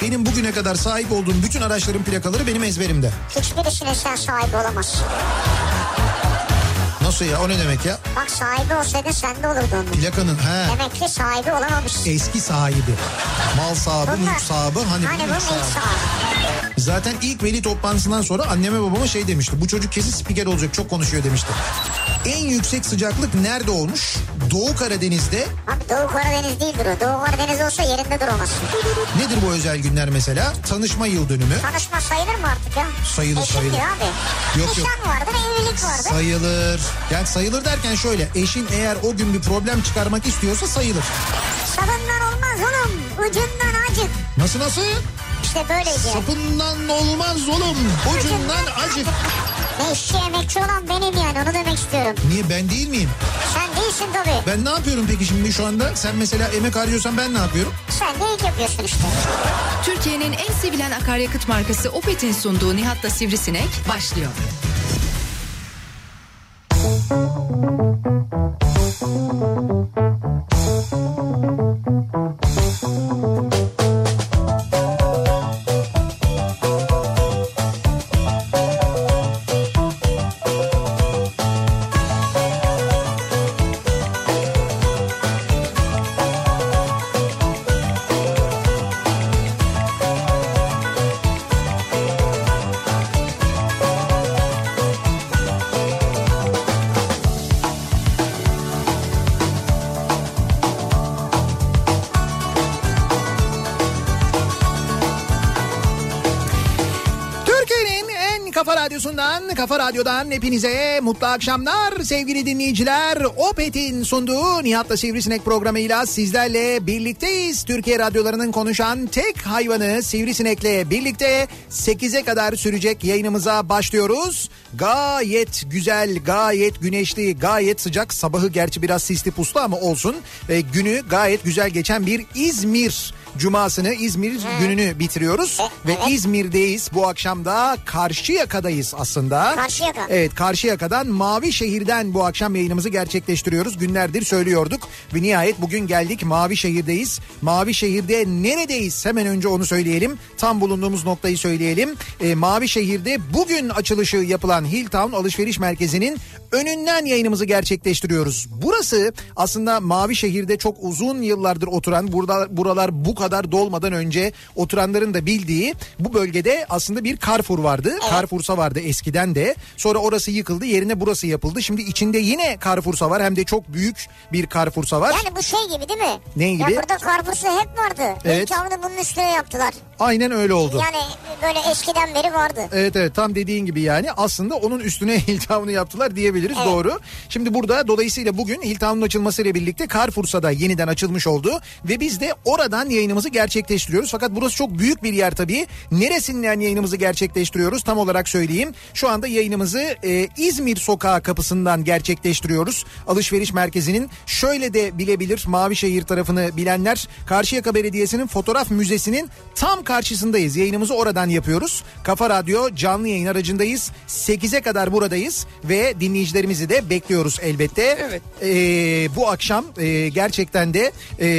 benim bugüne kadar sahip olduğum bütün araçların plakaları benim ezberimde. Hiçbirisine sen sahibi olamazsın. Nasıl ya, o ne demek ya? Bak sahibi olsaydı sende olurdu onun. Plakanın Demek ki sahibi olamamışsın. Eski sahibi. Mal sahibi, mülk sahibi. Hani bu mülk sahibi. Zaten ilk veli toplantısından sonra anneme babama şey demişti. Bu çocuk kesin spiker olacak, çok konuşuyor demişti. En yüksek sıcaklık nerede olmuş? Doğu Karadeniz'de. Abi Doğu Karadeniz değildir o. Doğu Karadeniz olsa yerinde duramazsın. Nedir bu özel günler mesela? Tanışma yıl dönümü. Tanışma sayılır mı artık ya? Sayılır. Abi. Yok. Nişan vardır, evlilik vardır. Sayılır. Yani sayılır derken şöyle, eşin eğer o gün bir problem çıkarmak istiyorsa sayılır. Sapından olmaz oğlum, ucundan acık. Nasıl? İşte böyleydi. Sapından olmaz oğlum, ucundan acık. Ne işçi emekçi olan benim yani, onu demek istiyorum. Niye, ben değil miyim? Sen değilsin tabii. Ben ne yapıyorum peki şimdi şu anda? Sen mesela emek harcıyorsan ben ne yapıyorum? Sen de ilk yapıyorsun işte. Türkiye'nin en sevilen akaryakıt markası Opet'in sunduğu Nihat'la Sivrisinek başlıyor. Kafa Radyo'dan hepinize mutlu akşamlar sevgili dinleyiciler. Opet'in sunduğu Nihat'la Sivrisinek programıyla sizlerle birlikteyiz. Türkiye radyolarının konuşan tek hayvanı Sivrisinek'le birlikte 8'e kadar sürecek yayınımıza başlıyoruz. Gayet güzel, gayet güneşli, gayet sıcak. Sabahı gerçi biraz sisli puslu ama olsun. Günü gayet güzel geçen bir İzmir Cumasını, İzmir gününü bitiriyoruz. Ve İzmir'deyiz. Bu akşam da Karşıyaka'dayız aslında. Karşıyaka. Evet, Karşıyaka'dan Mavişehir'den bu akşam yayınımızı gerçekleştiriyoruz. Günlerdir söylüyorduk ve nihayet bugün geldik, Mavişehir'deyiz. Mavişehir'de neredeyiz? Hemen önce onu söyleyelim. Tam bulunduğumuz noktayı söyleyelim. Mavişehir'de bugün açılışı yapılan Hilltown Alışveriş Merkezi'nin önünden yayınımızı gerçekleştiriyoruz. Burası aslında Mavişehir'de çok uzun yıllardır oturan, buralar bu kadar dolmadan önce oturanların da bildiği bu bölgede aslında bir Carrefour vardı. Evet. Carrefour'sa vardı eskiden de. Sonra orası yıkıldı, yerine burası yapıldı. Şimdi içinde yine Carrefour'sa var, hem de çok büyük bir Carrefour'sa var. Yani bu şey gibi değil mi? Ne gibi? Ya burada Carrefour'sa hep vardı. Evet. Hilltown'u bunun üstüne yaptılar. Aynen öyle oldu. Yani böyle eskiden beri vardı. Evet, tam dediğin gibi yani aslında onun üstüne Hilltown'u yaptılar diyebiliriz, evet. Doğru. Şimdi burada dolayısıyla bugün Hilltown'un açılmasıyla birlikte Carrefour'sa da yeniden açılmış oldu ve biz de oradan yayınımızı gerçekleştiriyoruz. Fakat burası çok büyük bir yer tabii. Neresinden yayınımızı gerçekleştiriyoruz tam olarak söyleyeyim. Şu anda yayınımızı İzmir Sokağı kapısından gerçekleştiriyoruz. Alışveriş merkezinin şöyle de bilebilir, Mavişehir tarafını bilenler, Karşıyaka Belediyesi'nin fotoğraf müzesinin tam karşısındayız. Yayınımızı oradan yapıyoruz. Kafa Radyo canlı yayın aracındayız. 8'e kadar buradayız ve dinleyicilerimizi de bekliyoruz elbette. Evet. Bu akşam gerçekten de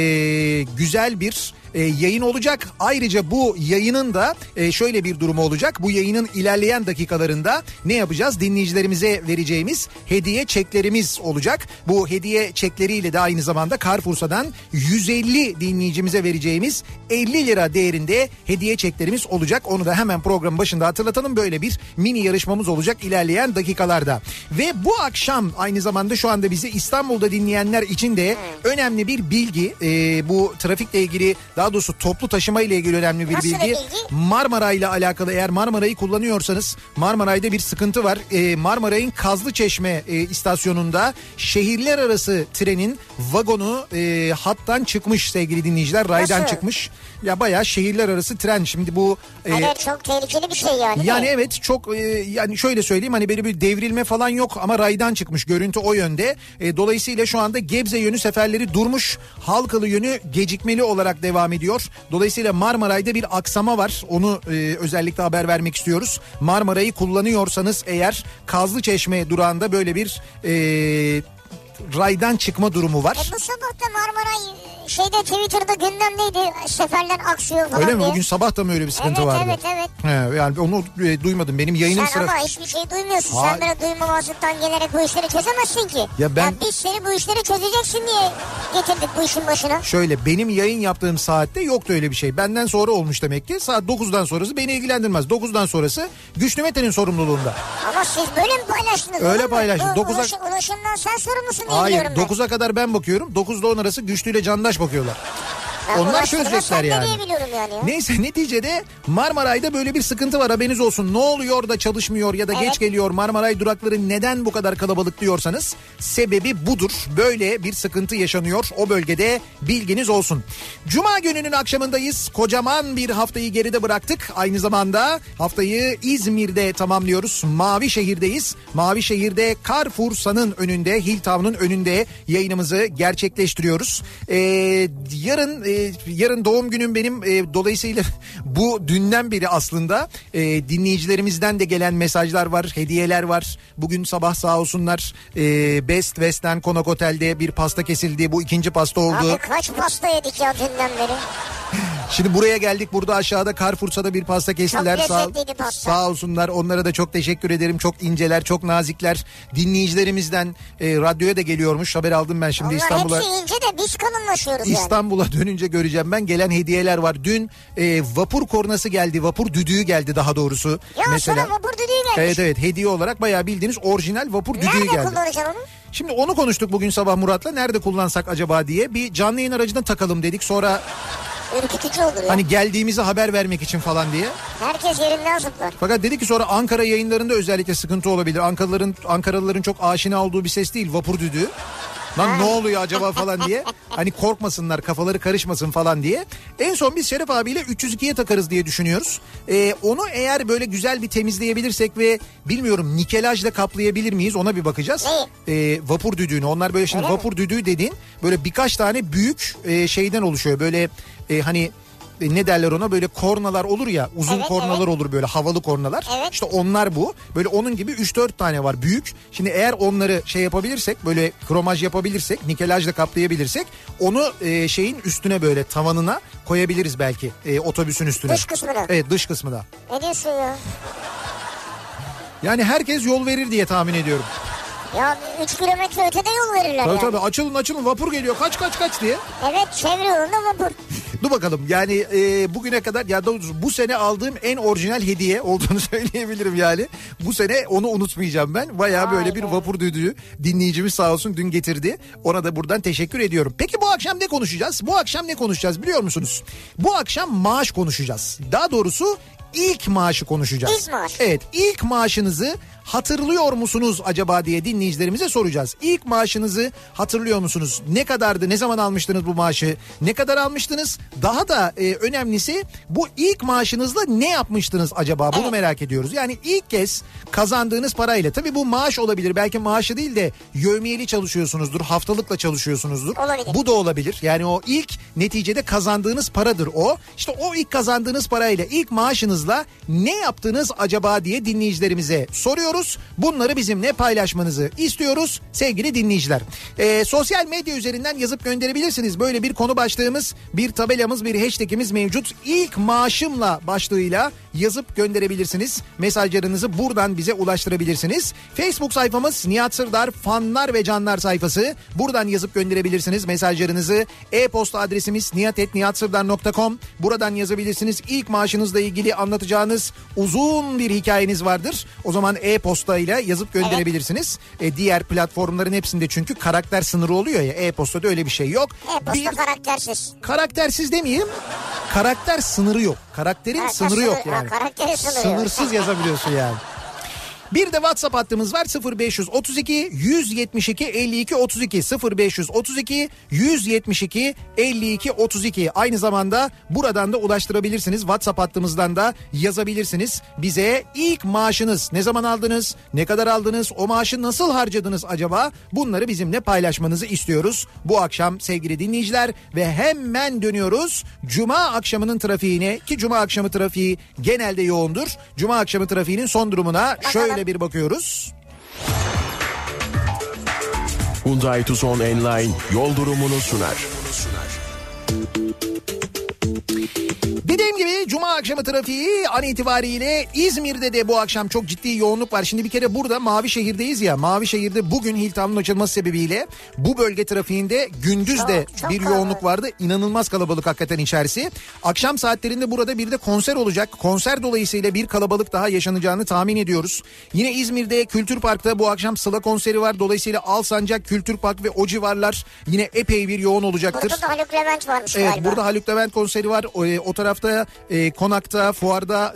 güzel bir yayın olacak. Ayrıca bu yayının da şöyle bir durumu olacak. Bu yayının ilerleyen dakikalarında ne yapacağız? Dinleyicilerimize vereceğimiz hediye çeklerimiz olacak. Bu hediye çekleriyle de aynı zamanda Carrefour'dan 150 dinleyicimize vereceğimiz 50 lira değerinde hediye çeklerimiz olacak. Onu da hemen programın başında hatırlatalım. Böyle bir mini yarışmamız olacak ilerleyen dakikalarda. Ve bu akşam aynı zamanda şu anda bizi İstanbul'da dinleyenler için de önemli bir bilgi. Bu trafikle ilgili, daha doğrusu toplu taşıma ile ilgili önemli bir bilgi. Marmara ile alakalı, eğer Marmara'yı kullanıyorsanız, Marmaray'da bir sıkıntı var. Marmaray'ın Kazlıçeşme istasyonunda şehirler arası trenin vagonu hattan çıkmış sevgili dinleyiciler. Raydan çıkmış. Ya bayağı şehirler arası tren. Şimdi bu evet, çok tehlikeli bir şey yani. Yani evet, çok yani şöyle söyleyeyim, hani böyle bir devrilme falan yok ama raydan çıkmış, görüntü o yönde. Dolayısıyla şu anda Gebze yönü seferleri durmuş. Halkalı yönü gecikmeli olarak devam ediyor. Dolayısıyla Marmaray'da bir aksama var. Onu özellikle haber vermek istiyoruz. Marmaray'ı kullanıyorsanız eğer, Kazlıçeşme durağında böyle bir raydan çıkma durumu var. Bu sabah da Marmaray şeyde Twitter'da gündemdeydi. Seferler aksıyor falan öyle mi? diye. Bugün sabah da mı öyle bir sıkıntı vardı? Evet. He, yani onu duymadım. Benim yayının Sen ama hiçbir şey duymuyorsun. Sen böyle duymamazlıktan gelerek bu işleri çözemezsin ki. Ya biz seni bu işleri çözeceksin diye getirdik bu işin başına. Şöyle, benim yayın yaptığım saatte yoktu öyle bir şey. Benden sonra olmuş demek ki. Saat 9'dan sonrası beni ilgilendirmez. 9'dan sonrası Güçlü Mete'nin sorumluluğunda. Ama siz böyle mi paylaştınız? Öyle paylaştım. Ulaşımdan sen sorumlusun diye Hayır, biliyorum ben. 9'a kadar ben bakıyorum. 9'da 10 arası Güçlü ile Candaş bakıyorlar. Onlar çözecekler yani. Ya. Neyse, neticede Marmaray'da böyle bir sıkıntı var, haberiniz olsun. Ne oluyor da çalışmıyor ya da geç geliyor, Marmaray durakları neden bu kadar kalabalık diyorsanız sebebi budur. Böyle bir sıkıntı yaşanıyor o bölgede, bilginiz olsun. Cuma gününün akşamındayız. Kocaman bir haftayı geride bıraktık. Aynı zamanda haftayı İzmir'de tamamlıyoruz. Mavişehir'deyiz. Mavişehir'de Carrefour'un önünde, Hilltown'un önünde yayınımızı gerçekleştiriyoruz. Yarın doğum günüm benim, dolayısıyla bu dünden beri aslında dinleyicilerimizden de gelen mesajlar var, hediyeler var. Bugün sabah sağ olsunlar Best Western Konak Otel'de bir pasta kesildi, bu ikinci pasta oldu. Abi kaç pasta yedik ya dünden beri. Şimdi buraya geldik, burada aşağıda Carrefour'da bir pasta kestiler. Çok lezzetliydi pasta. Sağ olsunlar, onlara da çok teşekkür ederim. Çok inceler, çok nazikler. Dinleyicilerimizden radyoya da geliyormuş, haber aldım ben şimdi. Onlar İstanbul'a. hepsi ince de biz kalınlaşıyoruz yani. İstanbul'a dönünce göreceğim ben, gelen hediyeler var. Dün vapur kornası geldi, vapur düdüğü geldi daha doğrusu. Ya mesela, sana vapur düdüğü gelmiş. Evet, hediye olarak bayağı bildiğiniz orijinal vapur düdüğü geldi. Nerede kullanacaksın onu? Şimdi onu konuştuk bugün sabah Murat'la, nerede kullansak acaba diye. Bir canlı yayın aracına takalım dedik, sonra... Ürkütücü olur ya. Hani geldiğimizi haber vermek için falan diye. Herkes yerinden zıplar. Fakat dedi ki sonra Ankara yayınlarında özellikle sıkıntı olabilir. Ankaralıların çok aşina olduğu bir ses değil vapur düdüğü. Lan ne oluyor acaba falan diye. Hani korkmasınlar, kafaları karışmasın falan diye. En son biz Şeref abiyle 302'ye takarız diye düşünüyoruz. Onu eğer böyle güzel bir temizleyebilirsek ve bilmiyorum nikelajla kaplayabilir miyiz, ona bir bakacağız. Vapur düdüğünü. Onlar böyle şimdi vapur düdüğü dediğin böyle birkaç tane büyük şeyden oluşuyor. Böyle hani... ne derler ona, böyle kornalar olur ya, uzun kornalar olur, böyle havalı kornalar. İşte onlar bu. Böyle onun gibi 3-4 tane var büyük. Şimdi eğer onları şey yapabilirsek, böyle kromaj yapabilirsek, nikelajla kaplayabilirsek onu şeyin üstüne, böyle tavanına koyabiliriz belki, otobüsün üstüne. Dış kısmına. Evet, dış kısmına. Ne diyorsun ya? Yani herkes yol verir diye tahmin ediyorum. Ya 3 kilometre ötede yol verirler tabii, yani. Tabii açılın vapur geliyor, kaç diye. Evet, çevre yolunda vapur. Dur bakalım yani bugüne kadar, ya doğrusu bu sene aldığım en orijinal hediye olduğunu söyleyebilirim yani. Bu sene onu unutmayacağım ben. Bayağı böyle bir vapur düdüğü dinleyicimiz sağ olsun dün getirdi. Ona da buradan teşekkür ediyorum. Peki bu akşam ne konuşacağız? Bu akşam ne konuşacağız biliyor musunuz? Bu akşam maaş konuşacağız. Daha doğrusu ilk maaşı konuşacağız. İlk maaş. Evet, ilk maaşınızı hatırlıyor musunuz acaba diye dinleyicilerimize soracağız. İlk maaşınızı hatırlıyor musunuz? Ne kadardı? Ne zaman almıştınız bu maaşı? Ne kadar almıştınız? Daha da önemlisi, bu ilk maaşınızla ne yapmıştınız acaba? Bunu merak ediyoruz. Yani ilk kez kazandığınız parayla, tabii bu maaş olabilir. Belki maaşı değil de yevmiyeli çalışıyorsunuzdur, haftalıkla çalışıyorsunuzdur. Olabilir. Bu da olabilir. Yani o ilk neticede kazandığınız paradır o. İşte o ilk kazandığınız parayla, ilk maaşınızla ne yaptınız acaba diye dinleyicilerimize soruyoruz. Bunları bizimle paylaşmanızı istiyoruz sevgili dinleyiciler. Sosyal medya üzerinden yazıp gönderebilirsiniz. Böyle bir konu başlığımız, bir tabelamız, bir hashtagimiz mevcut. İlk maaşımla başlığıyla yazıp gönderebilirsiniz. Mesajlarınızı buradan bize ulaştırabilirsiniz. Facebook sayfamız Nihat Sırdar fanlar ve canlar sayfası. Buradan yazıp gönderebilirsiniz mesajlarınızı. E-posta adresimiz nihat@nihatsırdar.com. Buradan yazabilirsiniz. İlk maaşınızla ilgili anlatacağınız uzun bir hikayeniz vardır. O zaman e-posta ile yazıp gönderebilirsiniz. Diğer platformların hepsinde çünkü karakter sınırı oluyor ya. E-postada öyle bir şey yok. E-posta karaktersiz. Karaktersiz demeyeyim. Karakter sınırı yok. Karakterin sınırı yok yani. Karakterin sınırı Sınırsız yazabiliyorsun yani. Bir de WhatsApp hattımız var, 0532 172 52 32 0532 172 52 32. Aynı zamanda buradan da ulaştırabilirsiniz. WhatsApp hattımızdan da yazabilirsiniz. Bize ilk maaşınız ne zaman aldınız, ne kadar aldınız, o maaşı nasıl harcadınız acaba? Bunları bizimle paylaşmanızı istiyoruz bu akşam sevgili dinleyiciler. Ve hemen dönüyoruz Cuma akşamının trafiğine, ki Cuma akşamı trafiği genelde yoğundur. Cuma akşamı trafiğinin son durumuna şöyle bir bakıyoruz. Hyundai Tucson Enline yol durumunu sunar. gibi Cuma akşamı trafiği an itibariyle İzmir'de de bu akşam çok ciddi yoğunluk var. Şimdi bir kere burada Mavişehir'deyiz ya. Mavişehir'de bugün Hilltown'un açılması sebebiyle bu bölge trafiğinde gündüz de çok bir yoğunluk vardı. İnanılmaz kalabalık hakikaten içerisi. Akşam saatlerinde burada bir de konser olacak. Konser dolayısıyla bir kalabalık daha yaşanacağını tahmin ediyoruz. Yine İzmir'de Kültür Park'ta bu akşam Sıla konseri var. Dolayısıyla Alsancak, Kültür Park ve o civarlar yine epey bir yoğun olacaktır. Burada da Haluk Levent varmış evet, galiba. Burada Haluk Levent konseri var. O tarafta Konak'ta, Fuar'da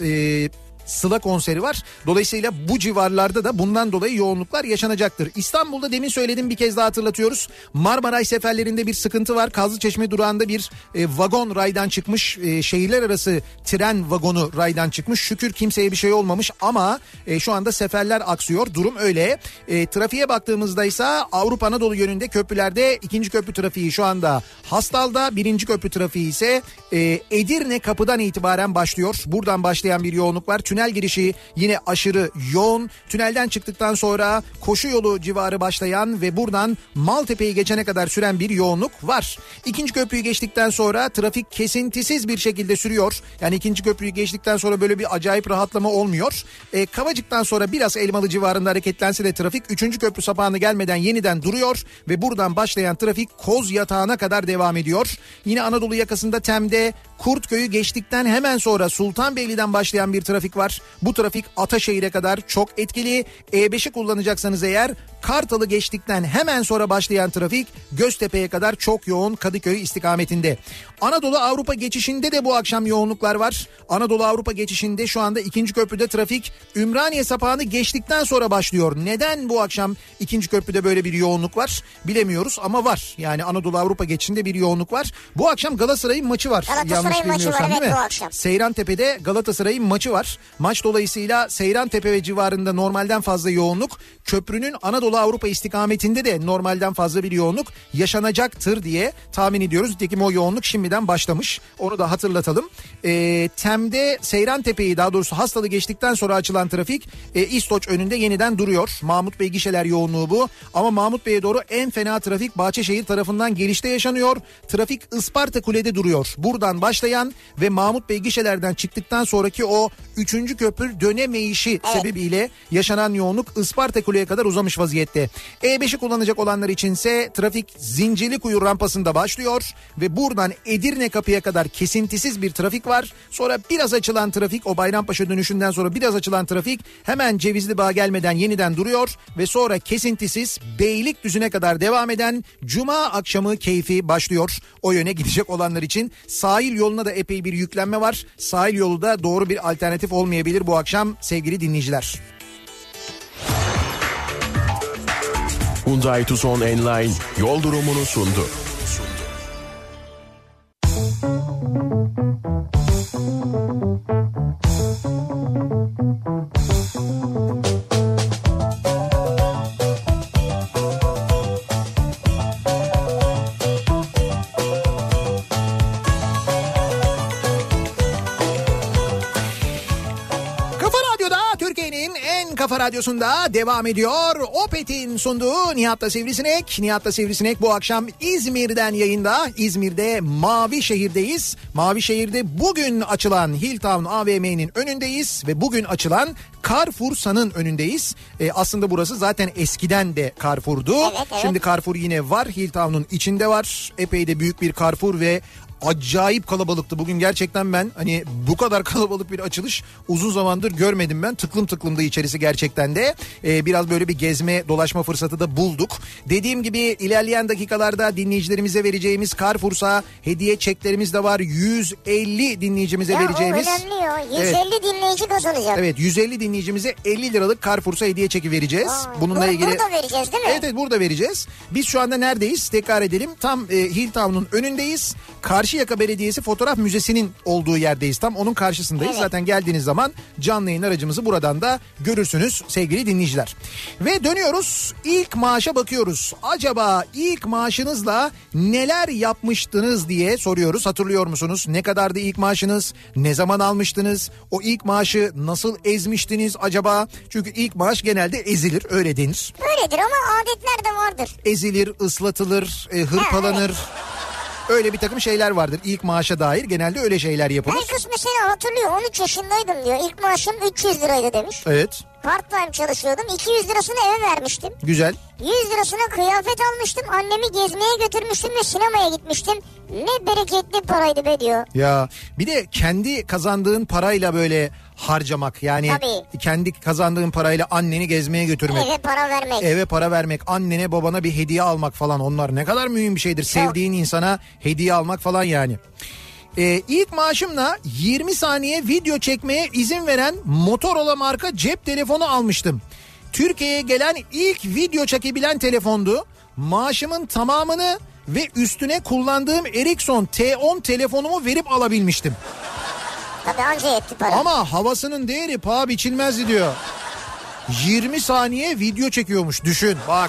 Sıla konseri var. Dolayısıyla bu civarlarda da bundan dolayı yoğunluklar yaşanacaktır. İstanbul'da demin söyledim, bir kez daha hatırlatıyoruz. Marmaray seferlerinde bir sıkıntı var. Kazlıçeşme durağında bir vagon raydan çıkmış. Şehirler arası tren vagonu raydan çıkmış. Şükür kimseye bir şey olmamış ama şu anda seferler aksıyor. Durum öyle. Trafiğe baktığımızda ise Avrupa Anadolu yönünde köprülerde 2. köprü trafiği şu anda Hastal'da. 1. köprü trafiği ise Edirne kapıdan itibaren başlıyor. Buradan başlayan bir yoğunluk var. Tünel girişi yine aşırı yoğun. Tünelden çıktıktan sonra koşu yolu civarı başlayan ve buradan Maltepe'yi geçene kadar süren bir yoğunluk var. 2. köprüyü geçtikten sonra trafik kesintisiz bir şekilde sürüyor. Yani 2. köprüyü geçtikten sonra böyle bir acayip rahatlama olmuyor. Kavacık'tan sonra biraz Elmalı civarında hareketlense de trafik 3. köprü sapağına gelmeden yeniden duruyor ve buradan başlayan trafik Kozyatağı'na kadar devam ediyor. Yine Anadolu yakasında Tem'de Kurtköy'ü geçtikten hemen sonra Sultanbeyli'den başlayan bir trafik var. Bu trafik Ataşehir'e kadar çok etkili. E5'i kullanacaksanız eğer Kartal'ı geçtikten hemen sonra başlayan trafik Göztepe'ye kadar çok yoğun Kadıköy istikametinde. Anadolu Avrupa geçişinde de bu akşam yoğunluklar var. Anadolu Avrupa geçişinde şu anda 2. köprüde trafik Ümraniye sapağını geçtikten sonra başlıyor. Neden bu akşam 2. köprüde böyle bir yoğunluk var bilemiyoruz ama var. Yani Anadolu Avrupa geçişinde bir yoğunluk var. Bu akşam Galatasaray'ın maçı var. Yanlış bilmiyorsam değil mi? Seyrantepe'de Galatasaray'ın maçı var. Maç dolayısıyla Seyrantepe ve civarında normalden fazla yoğunluk, köprünün Anadolu Avrupa istikametinde de normalden fazla bir yoğunluk yaşanacaktır diye tahmin ediyoruz. Nitekim o yoğunluk şimdiden başlamış. Onu da hatırlatalım. Tem'de Seyrantepe'yi, daha doğrusu Hastal'ı geçtikten sonra açılan trafik İstoç önünde yeniden duruyor. Mahmut Bey gişeler yoğunluğu bu. Ama Mahmut Bey'e doğru en fena trafik Bahçeşehir tarafından gelişte yaşanıyor. Trafik Isparta Kule'de duruyor. Buradan başlayan ve Mahmut Bey gişelerden çıktıktan sonraki o 3. köprü dönemeyişi sebebiyle yaşanan yoğunluk Isparta Kule'ye kadar uzamış vaziyette. E5'i kullanacak olanlar içinse trafik Zincirlikuyu rampasında başlıyor ve buradan Edirne kapıya kadar kesintisiz bir trafik var. Sonra biraz açılan trafik, o Bayrampaşa dönüşünden sonra biraz açılan trafik hemen Cevizlibağ'a gelmeden yeniden duruyor ve sonra kesintisiz Beylikdüzü'ne kadar devam eden Cuma akşamı keyfi başlıyor. O yöne gidecek olanlar için sahil yoluna da epey bir yüklenme var. Sahil yolu da doğru bir alternatif olmayabilir bu akşam sevgili dinleyiciler. Hyundai Tucson Enline yol durumunu sundu. Kafa Radyosu'nda devam ediyor. Opet'in sunduğu Nihat'la Sivrisinek. Nihat'la Sivrisinek bu akşam İzmir'den yayında. İzmir'de Mavişehir'deyiz. Mavişehir'de bugün açılan Hilltown AVM'nin önündeyiz ve bugün açılan Carrefour'un önündeyiz. Aslında burası zaten eskiden de Carrefour'du. Evet. Şimdi Carrefour yine var. Hilltown'un içinde var. Epey de büyük bir Carrefour ve acayip kalabalıktı. Bugün gerçekten ben hani bu kadar kalabalık bir açılış uzun zamandır görmedim ben. Tıklım tıklımdı içerisi gerçekten de. Biraz böyle bir gezme dolaşma fırsatı da bulduk. Dediğim gibi ilerleyen dakikalarda dinleyicilerimize vereceğimiz Carrefour'a hediye çeklerimiz de var. 150 dinleyicimize vereceğimiz. Ya o önemli ya. 150 dinleyici kazanacak. Evet, 150 dinleyicimize 50 liralık Carrefour'a hediye çeki vereceğiz. Bununla ilgili. Burada vereceğiz değil mi? Evet, burada vereceğiz. Biz şu anda neredeyiz? Tekrar edelim. Tam Hilltown'un önündeyiz. Karşıyaka Belediyesi Fotoğraf Müzesi'nin olduğu yerdeyiz. Tam onun karşısındayız. Evet. Zaten geldiğiniz zaman canlı yayın aracımızı buradan da görürsünüz sevgili dinleyiciler. Ve dönüyoruz. İlk maaşa bakıyoruz. Acaba ilk maaşınızla neler yapmıştınız diye soruyoruz. Hatırlıyor musunuz? Ne kadardı ilk maaşınız? Ne zaman almıştınız? O ilk maaşı nasıl ezmiştiniz acaba? Çünkü ilk maaş genelde ezilir, öyle denir. Öyledir ama adetler de vardır. Ezilir, ıslatılır, hırpalanır. Öyle bir takım şeyler vardır ilk maaşa dair. Genelde öyle şeyler yapılır. Herkes mesela hatırlıyor, 13 yaşındaydım diyor. İlk maaşım 300 liraydı demiş. Evet. Part time çalışıyordum. 200 lirasını eve vermiştim. Güzel. 100 lirasına kıyafet almıştım. Annemi gezmeye götürmüştüm ve sinemaya gitmiştim. Ne bereketli paraydı be diyor. Ya bir de kendi kazandığın parayla böyle harcamak. Yani Tabii. kendi kazandığın parayla anneni gezmeye götürmek. Eve para vermek. Eve para vermek, annene babana bir hediye almak falan, onlar ne kadar mühim bir şeydir. Sevdiğin insana hediye almak falan yani. İlk maaşımla 20 saniye video çekmeye izin veren Motorola marka cep telefonu almıştım. Türkiye'ye gelen ilk video çekebilen telefondu. Maaşımın tamamını ve üstüne kullandığım Ericsson T10 telefonumu verip alabilmiştim. Tabii anca yetti para. Ama havasının değeri paha biçilmezdi diyor. 20 saniye video çekiyormuş, düşün bak.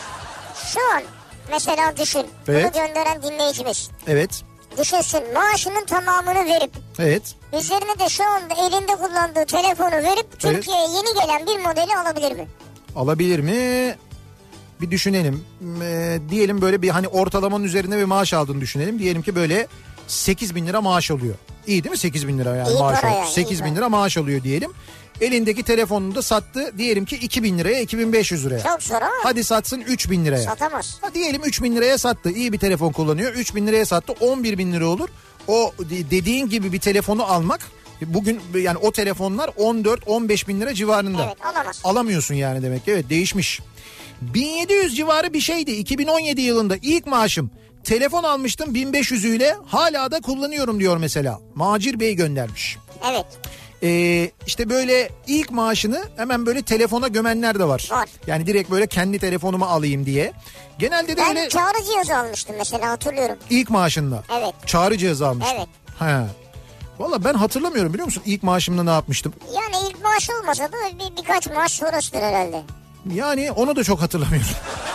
Şu an mesela düşün. Evet. Bunu gönderen dinleyicimiz. Evet. Düşünsün, maaşının tamamını verip Evet. üzerine de şu anda elinde kullandığı telefonu verip Türkiye'ye yeni gelen bir modeli alabilir mi? Alabilir mi? Bir düşünelim. Diyelim böyle bir hani ortalamanın üzerinde bir maaş aldığını düşünelim. Diyelim ki böyle 8 bin lira maaş alıyor. İyi değil mi 8 bin lira yani İyi maaş para alıyor. yani, 8 bin lira maaş alıyor diyelim. Elindeki telefonunu da sattı diyelim ki 2 bin liraya, 2500 liraya. Çok zor ama. Hadi satsın 3 bin liraya. Satamaz. Diyelim 3 bin liraya sattı. İyi bir telefon kullanıyor. 3 bin liraya sattı. 11 bin lira olur. O dediğin gibi bir telefonu almak bugün yani o telefonlar 14-15 bin lira civarında. Evet, alamaz. Alamıyorsun yani demek ki. Evet, değişmiş. 1700 civarı bir şeydi 2017 yılında ilk maaşım. Telefon almıştım 1500'üyle, hala da kullanıyorum diyor mesela. Macir Bey göndermiş. Evet. İşte böyle ilk maaşını hemen böyle telefona gömenler de var. Var. Yani direkt böyle kendi telefonumu alayım diye. Genelde de Ben öyle çağrı cihazı almıştım mesela, hatırlıyorum. ilk maaşınla. Evet. Çağrı cihazı almıştım. Evet. He. Valla ben hatırlamıyorum, biliyor musun ilk maaşımda ne yapmıştım? Yani ilk maaş olmasa da birkaç maaş sonrasıdır herhalde. Yani onu da çok hatırlamıyorum.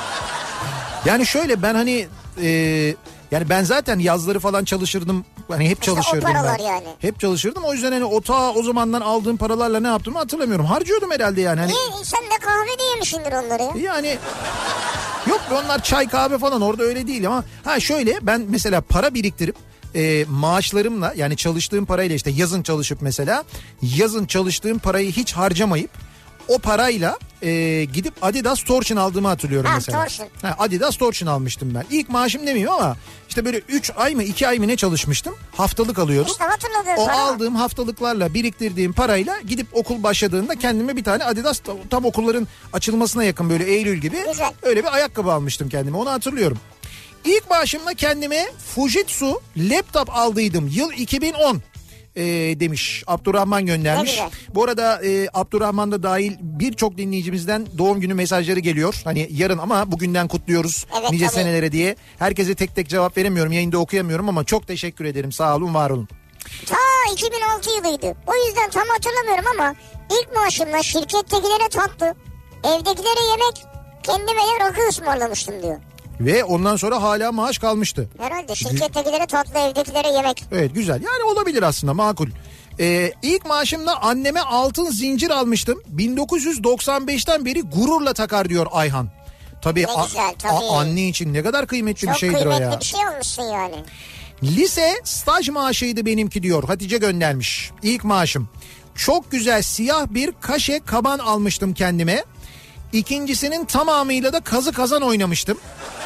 Yani şöyle ben hani yani ben zaten yazları falan çalışırdım. Hani hep İşte çalışırdım o paralar ben. yani. Hep çalışırdım. O yüzden hani o zamandan aldığım paralarla ne yaptığımı hatırlamıyorum. Harcıyordum herhalde yani. Hani, Niye? Sen de kahve de yemişsindir onları ya. yani yok onlar çay kahve falan orada öyle değil ama şöyle ben mesela para biriktirip maaşlarımla, yani çalıştığım parayla, işte yazın çalışıp mesela yazın çalıştığım parayı hiç harcamayıp o parayla gidip Adidas Torsion aldığımı hatırlıyorum mesela. Torsion. Adidas Torsion almıştım ben. İlk maaşım demeyeyim ama işte böyle 3 ay mı 2 ay mı ne çalışmıştım. Haftalık alıyordum. İşte hatırladığım O para. aldığım haftalıklarla biriktirdiğim parayla gidip okul başladığında kendime bir tane Adidas, tam okulların açılmasına yakın böyle Eylül gibi, Güzel. öyle bir ayakkabı almıştım kendime, onu hatırlıyorum. İlk maaşımla kendime Fujitsu laptop aldıydım. Yıl 2010. Demiş Abdurrahman göndermiş. Bu arada Abdurrahman da dahil birçok dinleyicimizden doğum günü mesajları geliyor. Hani yarın ama bugünden kutluyoruz evet, nice tabii. senelere diye. Herkese tek tek cevap veremiyorum, yayında okuyamıyorum ama çok teşekkür ederim, sağ olun, var olun. Ta 2006 yılıydı. O yüzden tam hatırlamıyorum ama ilk maaşımla şirkettekilere tatlı, evdekilere yemek, kendime de rakı ısmarlamıştım diyor. Ve ondan sonra hala maaş kalmıştı. Herhalde şirkettekilere tatlı, evdekilere yemek. Evet, güzel yani, olabilir aslında, makul. İlk maaşımla anneme altın zincir almıştım. 1995'ten beri gururla takar diyor Ayhan. Tabii, Ne güzel, tabii. Anne için ne kadar kıymetli Çok bir şeydir o ya. Çok kıymetli bir şey almışsın yani. Lise staj maaşıydı benimki diyor. Hatice göndermiş. İlk maaşım. Çok güzel siyah bir kaşe kaban almıştım kendime. İkincisinin tamamıyla da kazı kazan oynamıştım.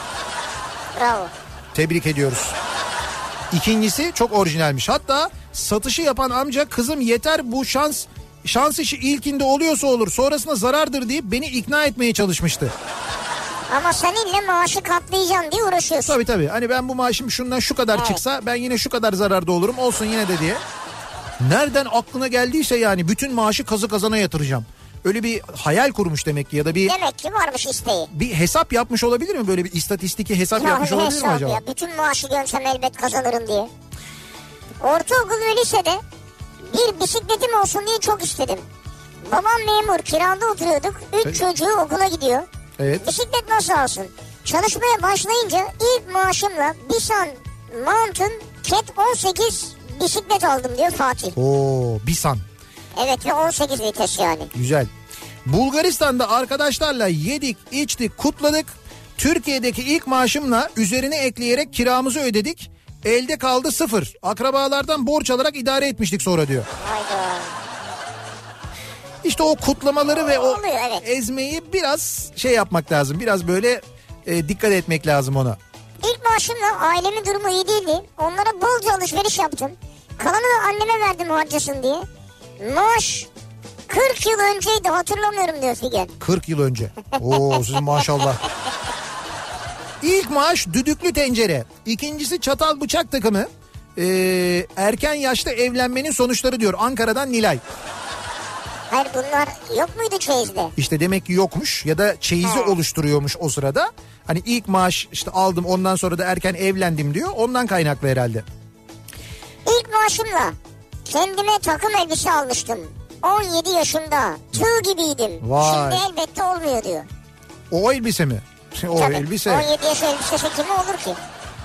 Bravo. Tebrik ediyoruz. İkincisi çok orijinalmiş. Hatta satışı yapan amca kızım yeter bu şans işi ilkinde oluyorsa olur sonrasında zarardır deyip beni ikna etmeye çalışmıştı. Ama sen ille maaşı katlayacaksın diye uğraşıyorsun. Tabii hani ben bu maaşım şundan şu kadar çıksa ben yine şu kadar zararda olurum, olsun yine de diye. Nereden aklına geldiyse yani bütün maaşı kazı kazana yatıracağım. Öyle bir hayal kurmuş demek ki, ya da bir... Demek ki varmış isteği. Bir hesap yapmış olabilir mi? Böyle bir istatistiki hesap yapmış olabilir mi acaba? Ya, bütün maaşı gömsem elbet kazanırım diye. Ortaokul ve lisede bir bisikletim olsun diye çok istedim. Babam memur, kirada oturuyorduk. 3 çocuğu okula gidiyor. Evet. Bisiklet nasıl alsın? Çalışmaya başlayınca ilk maaşımla Bisan Mountain Cat 18 bisiklet aldım diyor Fatih. Oo, Bisan. Evet, ve 18 vites yani. Güzel. Bulgaristan'da arkadaşlarla yedik, içtik, kutladık. Türkiye'deki ilk maaşımla üzerine ekleyerek kiramızı ödedik. elde kaldı 0. Akrabalardan borç alarak idare etmiştik sonra diyor. Hayda. İşte o kutlamaları ve o Oluyor, evet. ezmeyi biraz şey yapmak lazım. Biraz böyle dikkat etmek lazım ona. İlk maaşımla ailemin durumu iyi değildi. Onlara bolca alışveriş yaptım. Kalanı da anneme verdim harcasın diye. Maaş 40 yıl önceydi, hatırlamıyorum diyor Figen. 40 yıl önce. Oo sizin maşallah. İlk maaş düdüklü tencere. İkincisi çatal bıçak takımı. Erken yaşta evlenmenin sonuçları diyor. Ankara'dan Nilay. Hayır, bunlar yok muydu çeyizde? İşte demek ki yokmuş ya da çeyizi oluşturuyormuş o sırada. Hani ilk maaş işte aldım, ondan sonra da erken evlendim diyor. Ondan kaynaklı herhalde. İlk maaşımla kendime takım elbise almıştım. 17 yaşında. Tığ gibiydim. Vay. Şimdi elbette olmuyor diyor. O elbise mi? O Tabii, elbise. 17 yaş elbisesi kimi olur ki?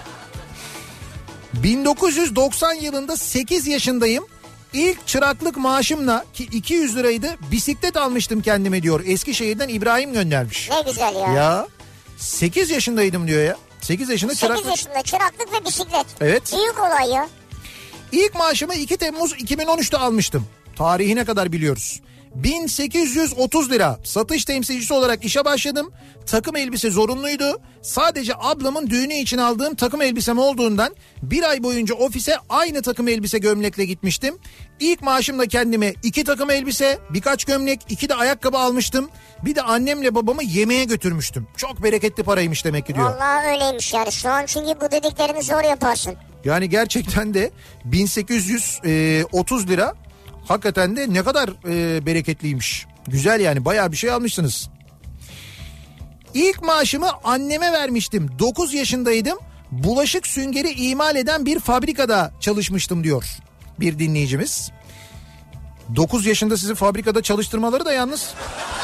1990 yılında 8 yaşındayım. İlk çıraklık maaşımla, ki 200 liraydı, bisiklet almıştım kendime diyor. Eskişehir'den İbrahim göndermiş. Ne güzel ya. Ya 8 yaşındaydım diyor ya. 8 yaşında 8 çıraklık. yaşında çıraklık ve bisiklet. Evet. Büyük olay ya. İlk maaşımı 2 Temmuz 2013'te almıştım. Tarihine kadar biliyoruz. 1830 lira. Satış temsilcisi olarak işe başladım. Takım elbise zorunluydu. Sadece ablamın düğünü için aldığım takım elbisem olduğundan bir ay boyunca ofise aynı takım elbise gömlekle gitmiştim. İlk maaşımla kendime 2 takım elbise, birkaç gömlek, 2 de ayakkabı almıştım. Bir de annemle babamı yemeğe götürmüştüm. Çok bereketli paraymış demek ki diyor. Vallahi öyleymiş yani. Şu an çünkü bu dediklerini zor yaparsın. Yani gerçekten de 1830 lira hakikaten de ne kadar bereketliymiş. Güzel yani, bayağı bir şey almışsınız. İlk maaşımı anneme vermiştim. 9 yaşındaydım. Bulaşık süngeri imal eden bir fabrikada çalışmıştım diyor bir dinleyicimiz. 9 yaşında sizi fabrikada çalıştırmaları da yalnız.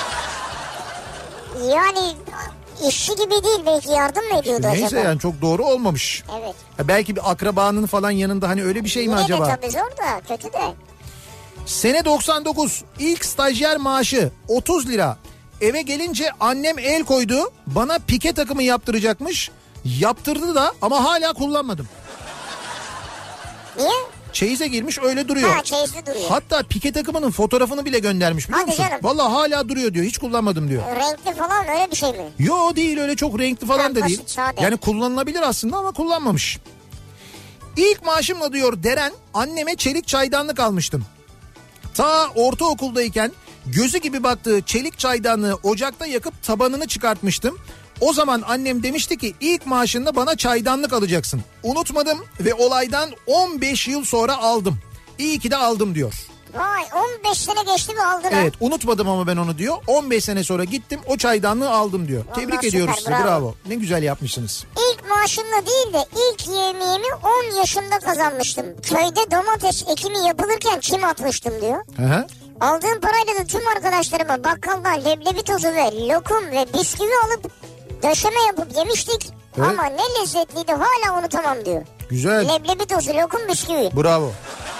Yani işçi gibi değil, belki yardım mı ediyordu Neyse acaba? yani çok doğru olmamış. Evet. Belki bir akrabanın falan yanında, hani öyle bir şey mi Yine acaba? de tabii zor da, kötü de. Sene 99, ilk stajyer maaşı 30 lira. Eve gelince annem el koydu, bana pike takımı yaptıracakmış. Yaptırdı da ama hala kullanmadım. Niye? Çeyize girmiş, öyle duruyor. Ha, çeyizli duruyor. Hatta pike takımının fotoğrafını bile göndermiş, biliyor Hadi musun? canım. Vallahi hala duruyor diyor, hiç kullanmadım diyor. Renkli falan öyle bir şey mi? Yo, değil öyle çok renkli falan Ha, da basit, değil. sade. Yani kullanılabilir aslında ama kullanmamış. İlk maaşımla diyor Deren, anneme çelik çaydanlık almıştım. Ta ortaokuldayken gözü gibi baktığı çelik çaydanlığı ocakta yakıp tabanını çıkartmıştım. O zaman annem demişti ki ilk maaşında bana çaydanlık alacaksın. Unutmadım ve olaydan 15 yıl sonra aldım. İyi ki de aldım diyor. Vay, 15 sene geçti mi aldın ha? Evet, unutmadım ama ben onu diyor. 15 sene sonra gittim, o çaydanlığı aldım diyor. Vallahi Tebrik süper, ediyoruz sizi, bravo. bravo. Ne güzel yapmışsınız. İlk maaşımla değil de ilk yemeğimi 10 yaşında kazanmıştım. Köyde domates ekimi yapılırken çim atmıştım diyor. Hı. Aldığım parayla da tüm arkadaşlarıma bakkaldan leblebi tozu ve lokum ve bisküvi alıp döşeme yapıp yemiştik. Evet. Ama ne lezzetliydi, hala unutamam diyor. Güzel. Leblebi tozu, lokum, bisküvi. Bravo.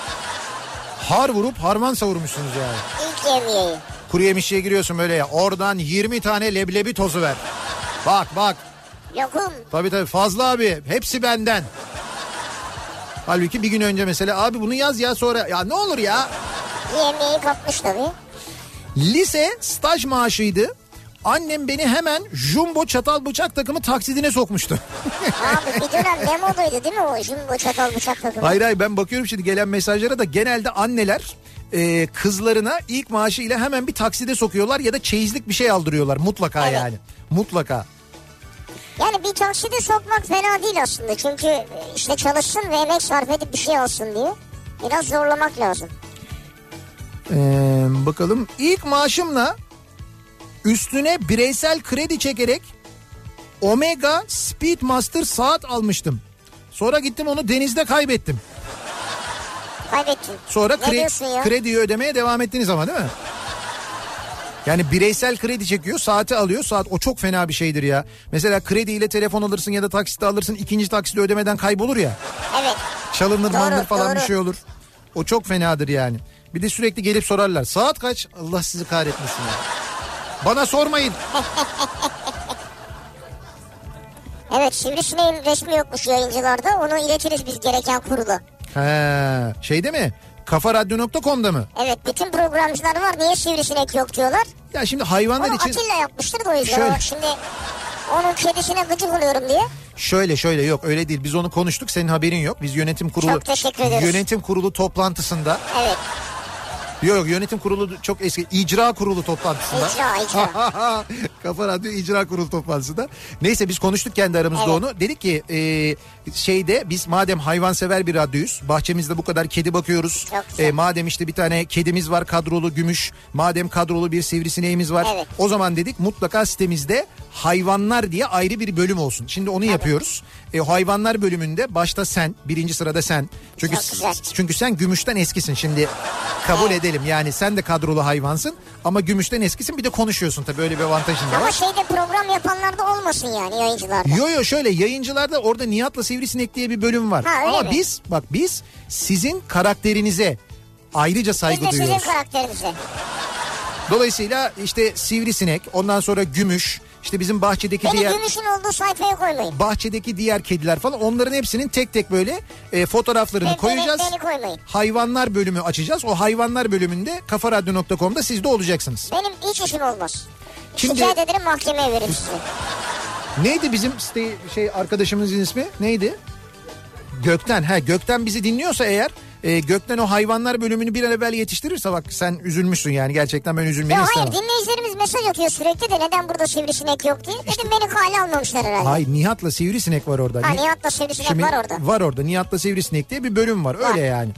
Har vurup harman savurmuşsunuz yani. İlk yemeği. Kuru yemişçiye giriyorsun böyle ya. Oradan 20 tane leblebi tozu ver. Bak bak. Lokum. Tabii Fazla abi, hepsi benden. Halbuki bir gün önce mesela abi bunu yaz ya, sonra ya ne olur ya. Yemeği kapmış tabii. Lise staj maaşıydı. Annem beni hemen jumbo çatal bıçak takımı taksidine sokmuştu. Abi bir dönem ne modaydı değil mi o jumbo çatal bıçak takımı? Hayır ben bakıyorum şimdi gelen mesajlara da, genelde anneler kızlarına ilk maaşıyla hemen bir takside sokuyorlar ya da çeyizlik bir şey aldırıyorlar mutlaka, Evet. yani. Mutlaka. Yani bir takside sokmak fena değil aslında. Çünkü işte çalışsın ve emek sarf edip bir şey alsın diye. Biraz zorlamak lazım. Bakalım, ilk maaşımla üstüne bireysel kredi çekerek Omega Speedmaster saat almıştım. Sonra gittim onu denizde kaybettim. Kaybettin. Sonra Ne diyorsun ya? krediyi ödemeye devam ettiniz ama, değil mi? Yani bireysel kredi çekiyor, saati alıyor. Saat, o çok fena bir şeydir ya. Mesela krediyle telefon alırsın ya da taksitle alırsın, ikinci taksitle ödemeden kaybolur ya. Evet. Çalınır Doğru, mandır falan, doğru. bir şey olur. O çok fenadır yani. Bir de sürekli gelip sorarlar. Saat kaç? Allah sizi kahretmesin ya. Bana sormayın. Evet, sivrisineğin resmi yokmuş yayıncılarda. Onu iletiriz biz gereken kurula. He, şeyde mi? Kafaradyo.com'da mı? Evet, bütün programcılar var. Niye sivrisinek yok diyorlar. Ya şimdi hayvanlar Onu için... Atilla yapmıştır da o yüzden. Şöyle. O şimdi onun kedisine gıcık oluyorum diye. Şöyle yok öyle değil. Biz onu konuştuk, senin haberin yok. Biz yönetim kurulu... Çok teşekkür ederiz. Yönetim kurulu toplantısında... Evet. Yok yönetim kurulu çok eski, icra kurulu toplantısında. İcra. Kafa Radyo icra kurulu toplantısında. Neyse biz konuştuk kendi aramızda evet. onu. Dedik ki biz madem hayvansever bir radyoyuz, bahçemizde bu kadar kedi bakıyoruz. Madem işte bir tane kedimiz var kadrolu gümüş, madem kadrolu bir sivrisineğimiz var. Evet. O zaman dedik mutlaka sitemizde hayvanlar diye ayrı bir bölüm olsun. Şimdi onu yapıyoruz. Hayvanlar bölümünde başta sen, birinci sırada sen. Çünkü sen gümüşten eskisin şimdi. Kabul edelim yani, sen de kadrolu hayvansın ama gümüşten eskisin, bir de konuşuyorsun tabii, öyle bir avantajın da var. Ama şeyde program yapanlarda olmasın yani, yayıncılarda. Yo şöyle, yayıncılarda orada Nihat'la Sivrisinek diye bir bölüm var. Ama mi? Biz sizin karakterinize ayrıca saygı duyuyoruz. Biz de sizin karakterinize. Dolayısıyla işte Sivrisinek, ondan sonra Gümüş, işte bizim bahçedeki diğer... Gümüşün olduğu sayfaya koymayın. Bahçedeki diğer kediler falan, onların hepsinin tek tek böyle fotoğraflarını koyacağız. Beni koymayın. Hayvanlar bölümü açacağız. O hayvanlar bölümünde kafaradyo.com'da siz de olacaksınız. Benim hiç işim olmaz. Şimdi... Şikayet ederim, mahkemeye veririm sizi. Neydi bizim arkadaşımızın ismi? Neydi? Gökten. Gökten bizi dinliyorsa eğer... Gökten o hayvanlar bölümünü bir an evvel yetiştirirse, bak sen üzülmüşsün yani, gerçekten ben üzülmeni istemem. Hayır, dinleyicilerimiz mesaj atıyor sürekli de neden burada sivrisinek yok diye. Dedim beni kale almamışlar herhalde. Hayır, Nihat'la Sivrisinek var orada. Nihat'la Sivrisinek var orada. Var orada, Nihat'la Sivrisinek diye bir bölüm var. Öyle yani.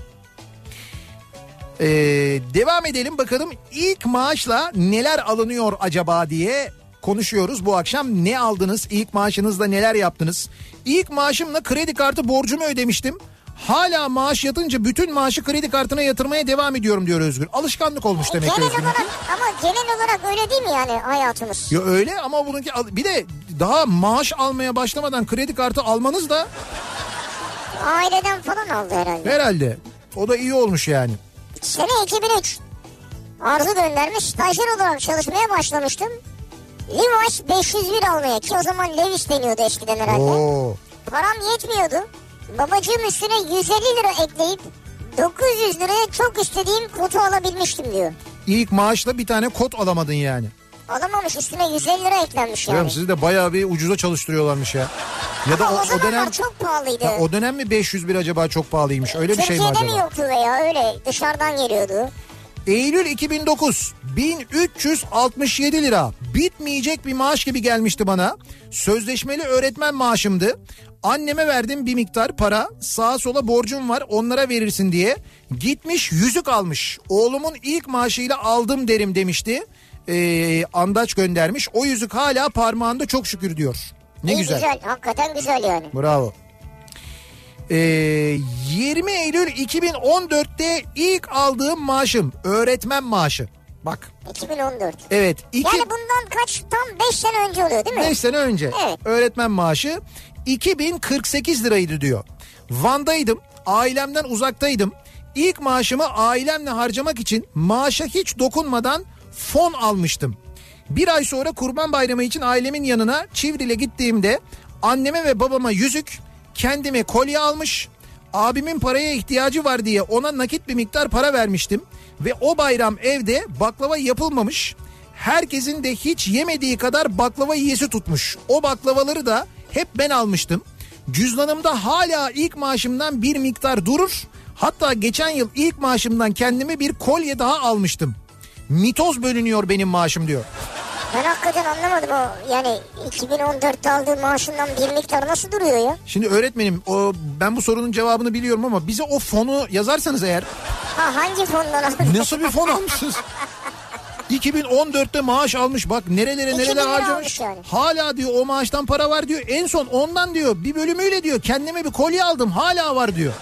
Devam edelim bakalım, ilk maaşla neler alınıyor acaba diye konuşuyoruz bu akşam. Ne aldınız? İlk maaşınızla neler yaptınız? İlk maaşımla kredi kartı borcumu ödemiştim. Hala maaş yatınca bütün maaşı kredi kartına yatırmaya devam ediyorum diyor Özgür. Alışkanlık olmuş demek ki Özgür. Ama genel olarak öyle değil mi yani hayatımız? Ya öyle ama bununki, bir de daha maaş almaya başlamadan kredi kartı almanız da... Aileden falan aldı herhalde. Herhalde. O da iyi olmuş yani. Sene 2003. Arzu göndermiş. Stajyer olarak çalışmaya başlamıştım. Levi's 501 almaya, ki o zaman Levi's deniyordu eskiden herhalde. Oo. Param yetmiyordu. Babacığım üstüne 150 lira ekleyip 900 liraya çok istediğim kotu alabilmiştim diyor. İlk maaşla bir tane kot alamadın yani. Alamamış, üstüne 150 lira eklenmiş yani. Hocam sizi de bayağı bir ucuza çalıştırıyorlarmış ya. Ya da o dönem çok pahalıydı. O dönem mi 501 acaba çok pahalıymış? Öyle bir şey mi acaba? Türkiye'de mi yoktu veya öyle dışarıdan geliyordu. Eylül 2009 1367 lira, bitmeyecek bir maaş gibi gelmişti bana. Sözleşmeli öğretmen maaşımdı. Anneme verdim bir miktar para, sağa sola borcum var onlara verirsin diye. Gitmiş yüzük almış. Oğlumun ilk maaşıyla aldım derim demişti. Andaç göndermiş. O yüzük hala parmağında çok şükür diyor. Ne güzel. Hakikaten güzel yani. Bravo. 20 Eylül 2014'te ilk aldığım maaşım öğretmen maaşı. Bak. 2014. Evet. Yani bundan tam 5 sene önce oluyor değil mi? 5 sene önce. Evet. Öğretmen maaşı 2048 liraydı diyor. Van'daydım. Ailemden uzaktaydım. İlk maaşımı ailemle harcamak için maaşa hiç dokunmadan fon almıştım. Bir ay sonra Kurban Bayramı için ailemin yanına Çivril'e gittiğimde anneme ve babama yüzük, kendime kolye almış, abimin paraya ihtiyacı var diye ona nakit bir miktar para vermiştim ve o bayram evde baklava yapılmamış, herkesin de hiç yemediği kadar baklava yiyesi tutmuş. O baklavaları da hep ben almıştım. Cüzdanımda hala ilk maaşımdan bir miktar durur. Hatta geçen yıl ilk maaşımdan kendime bir kolye daha almıştım. Mitoz bölünüyor benim maaşım diyor. Ben hakikaten anlamadım o, yani 2014'te aldığı maaşından bir miktar nasıl duruyor ya? Şimdi öğretmenim, ben bu sorunun cevabını biliyorum ama bize o fonu yazarsanız eğer. Hangi fondan aldın? Nasıl bir fon almışsınız? 2014'te maaş almış, bak nereler harcamış. Yani. Hala diyor o maaştan para var diyor. En son ondan diyor bir bölümüyle diyor kendime bir kolye aldım, hala var diyor.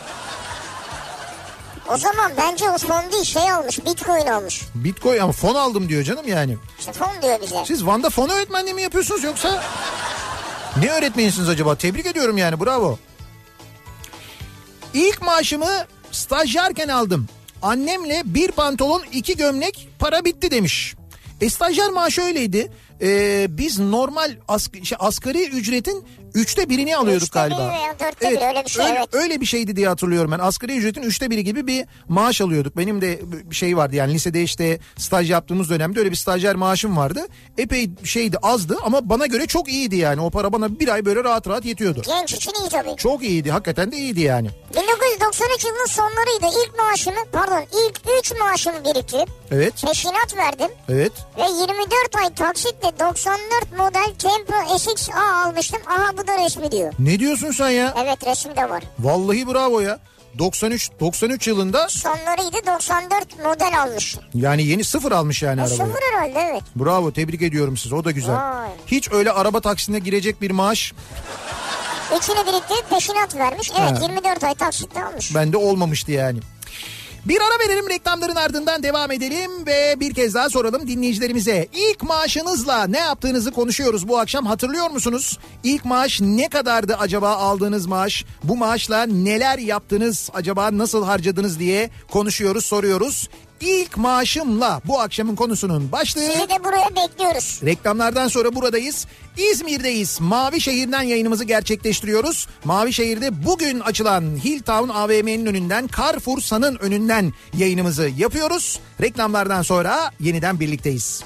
O zaman bence o fon değil, almış, Bitcoin almış. Bitcoin ama fon aldım diyor canım yani. İşte fon diyor bize. Siz Van'da fon öğretmenliği mi yapıyorsunuz yoksa? Ne öğretmenisiniz acaba? Tebrik ediyorum yani, bravo. İlk maaşımı stajyerken aldım. Annemle bir pantolon 2 gömlek para bitti demiş. Stajyer maaşı öyleydi. biz normal asgari ücretin 1/3'ini alıyorduk galiba. 1/3 veya 4/1 öyle bir şey, evet. Öyle bir şeydi diye hatırlıyorum ben. Asgari ücretin 1/3 gibi bir maaş alıyorduk. Benim de bir şey vardı yani lisede işte staj yaptığımız dönemde öyle bir stajyer maaşım vardı. Epey şeydi, azdı ama bana göre çok iyiydi yani. O para bana bir ay böyle rahat rahat yetiyordu. Genç için iyi tabii. Çok iyiydi, hakikaten de iyiydi yani. 1993 yılının sonlarıydı. İlk 3 maaşımı biriktirip peşinat verdim. Evet. Ve 24 ay taksitle 94 model Tempra SX-A almıştım. Aha bu da resmi diyor. Ne diyorsun sen ya? Evet, resim de var. Vallahi bravo ya. 93 yılında sonlarıydı, 94 model almış. Yani yeni sıfır almış yani arabayı. Sıfır herhalde, evet. Bravo, tebrik ediyorum sizi, o da güzel. Vay. Hiç öyle araba taksine girecek bir maaş. Üçünü biriktirip peşinat vermiş. Evet, 24 ay taksitle almış. Bende olmamıştı yani. Bir ara verelim, reklamların ardından devam edelim ve bir kez daha soralım dinleyicilerimize. İlk maaşınızla ne yaptığınızı konuşuyoruz bu akşam, hatırlıyor musunuz? İlk maaş ne kadardı acaba, aldığınız maaş? Bu maaşla neler yaptınız acaba, nasıl harcadınız diye konuşuyoruz, soruyoruz. İlk maaşımla bu akşamın konusunun başlığı. Sizi de buraya bekliyoruz. Reklamlardan sonra buradayız. İzmir'deyiz. Mavişehir'den yayınımızı gerçekleştiriyoruz. Mavişehir'de bugün açılan Hilltown AVM'nin önünden, Carrefour'un önünden yayınımızı yapıyoruz. Reklamlardan sonra yeniden birlikteyiz.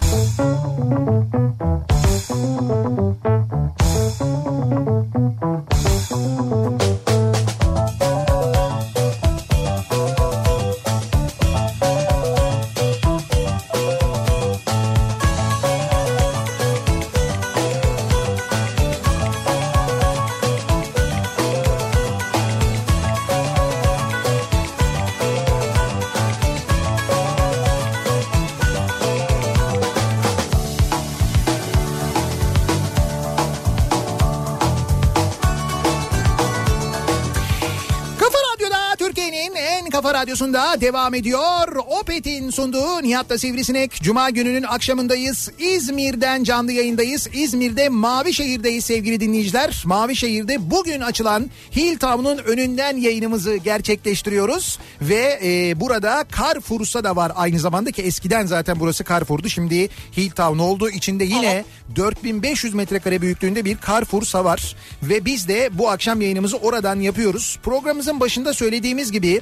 Kafa Radyosu'nda devam ediyor. Opet'in sunduğu Nihat'la Sivrisinek. Cuma gününün akşamındayız. İzmir'den canlı yayındayız. İzmir'de Mavişehir'deyiz sevgili dinleyiciler. Mavişehir'de bugün açılan Hilltown'un önünden yayınımızı gerçekleştiriyoruz. Ve burada Carrefour'sa da var aynı zamanda, ki eskiden zaten burası Carrefour'du. Şimdi Hilltown oldu. İçinde yine 4500 metrekare büyüklüğünde bir Carrefour'sa var. Ve biz de bu akşam yayınımızı oradan yapıyoruz. Programımızın başında söylediğimiz gibi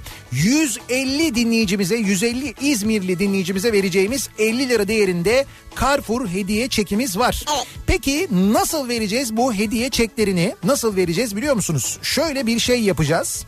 150 dinleyicimize, 150 İzmirli dinleyicimize vereceğimiz 50 lira değerinde Carrefour hediye çekimiz var. Evet. Peki nasıl vereceğiz bu hediye çeklerini? Nasıl vereceğiz biliyor musunuz? Şöyle bir şey yapacağız.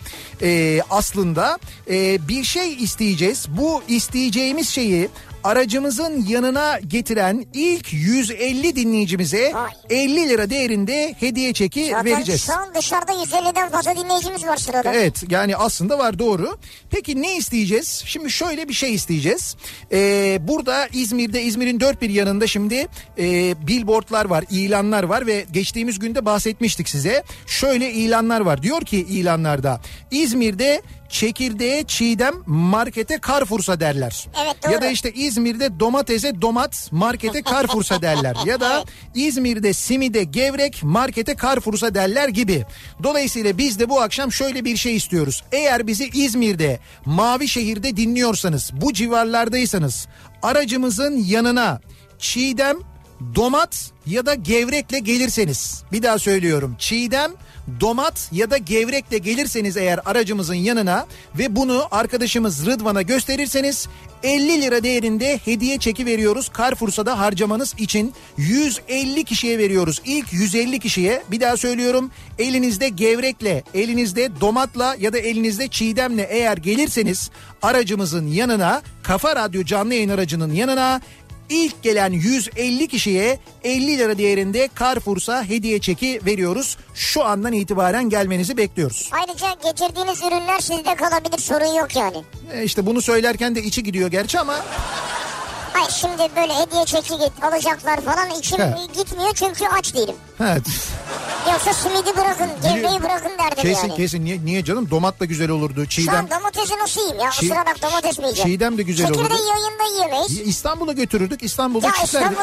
Aslında bir şey isteyeceğiz. Bu isteyeceğimiz şeyi aracımızın yanına getiren ilk 150 dinleyicimize 50 lira değerinde hediye çeki zaten vereceğiz. Şu an dışarıda 150'den fazla dinleyicimiz var sırada. Evet, yani aslında var, doğru. Peki ne isteyeceğiz? Şimdi şöyle bir şey isteyeceğiz. Burada İzmir'in dört bir yanında şimdi billboardlar var, ilanlar var ve geçtiğimiz günde bahsetmiştik size. Şöyle ilanlar var. Diyor ki ilanlarda, İzmir'de çekirdeğe çiğdem, markete Carrefour'sa derler. Evet, doğru. Ya da işte İzmir'de domatese domat, markete Carrefour'sa derler. Ya da İzmir'de simide gevrek, markete Carrefour'sa derler gibi. Dolayısıyla biz de bu akşam şöyle bir şey istiyoruz. Eğer bizi İzmir'de, Mavişehir'de dinliyorsanız, bu civarlardaysanız, aracımızın yanına çiğdem, domat ya da gevrekle gelirseniz, bir daha söylüyorum, çiğdem, domat ya da gevrekle gelirseniz eğer aracımızın yanına ve bunu arkadaşımız Rıdvan'a gösterirseniz 50 lira değerinde hediye çeki veriyoruz. Carrefour'sa da harcamanız için 150 kişiye veriyoruz. İlk 150 kişiye, bir daha söylüyorum, elinizde gevrekle, elinizde domatla ya da elinizde çiğdemle eğer gelirseniz aracımızın yanına, Kafa Radyo canlı yayın aracının yanına, İlk gelen 150 kişiye 50 lira değerinde Carrefour'sa hediye çeki veriyoruz. Şu andan itibaren gelmenizi bekliyoruz. Ayrıca getirdiğiniz ürünler sizde kalabilir, sorun yok yani. İşte bunu söylerken de içi gidiyor gerçi ama... Hayır, şimdi böyle hediye çeki alacaklar falan, içim gitmiyor çünkü aç değilim. Evet. Yoksa simidi bırakın, gevreği bırakın derdim kesin, yani. Kesin niye canım, domat da güzel olurdu. Çiğdem... Şu an domatesi nasıl yiyeyim ya? Isırarak domates mi yiyeceğim? Çiğdem de güzel olurdu. Çekirdeği yayında yiyemeyiz. İstanbul'a götürürdük, İstanbul'da çiftlerdik.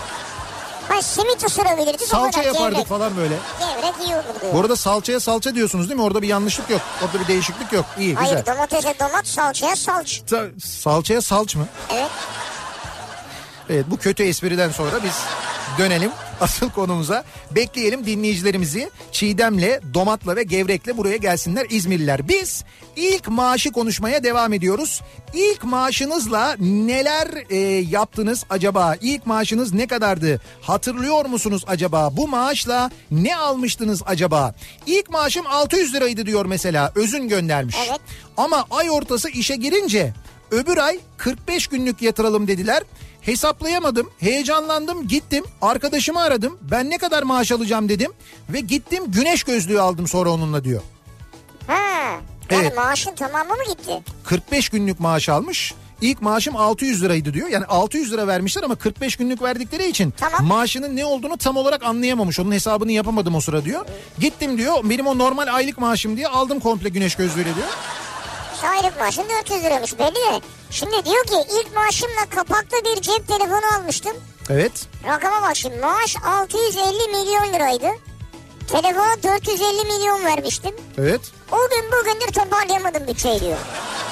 Hayır, simit ısırabilirdik. Salça yapardık gevrek falan böyle. Gevrek iyi olurdu. Bu arada salçaya salça diyorsunuz değil mi? Orada bir yanlışlık yok. Orada bir değişiklik yok. İyi, güzel. Hayır, domatese domat, salçaya salç. Salçaya salç mı? Evet. Evet, bu kötü espriden sonra biz dönelim asıl konumuza. Bekleyelim dinleyicilerimizi Çiğdem'le, Domat'la ve Gevrek'le buraya gelsinler İzmirliler. Biz ilk maaşı konuşmaya devam ediyoruz. İlk maaşınızla neler yaptınız acaba? İlk maaşınız ne kadardı? Hatırlıyor musunuz acaba? Bu maaşla ne almıştınız acaba? İlk maaşım 600 liraydı diyor mesela. Özün göndermiş. Evet. Ama ay ortası işe girince öbür ay 45 günlük yatıralım dediler. Hesaplayamadım, heyecanlandım, gittim, arkadaşımı aradım. Ben ne kadar maaş alacağım dedim ve gittim güneş gözlüğü aldım sonra onunla diyor. Ha. Yani Evet. maaşın tamamı mı gitti? 45 günlük maaş almış. İlk maaşım 600 liraydı diyor. Yani 600 lira vermişler ama 45 günlük verdikleri için Tamam. maaşının ne olduğunu tam olarak anlayamamış. Onun hesabını yapamadım o sıra diyor. Gittim diyor, benim o normal aylık maaşım diye aldım komple güneş gözlüğüyle diyor. Aylık maaşın 400 liraymış belli de. Şimdi diyor ki ilk maaşımla kapaklı bir cep telefonu almıştım. Evet. Rakama bak şimdi, maaş 650 milyon liraydı. Telefona 450 milyon vermiştim. Evet. O gün bugündür toparlayamadım bütçeyi diyor.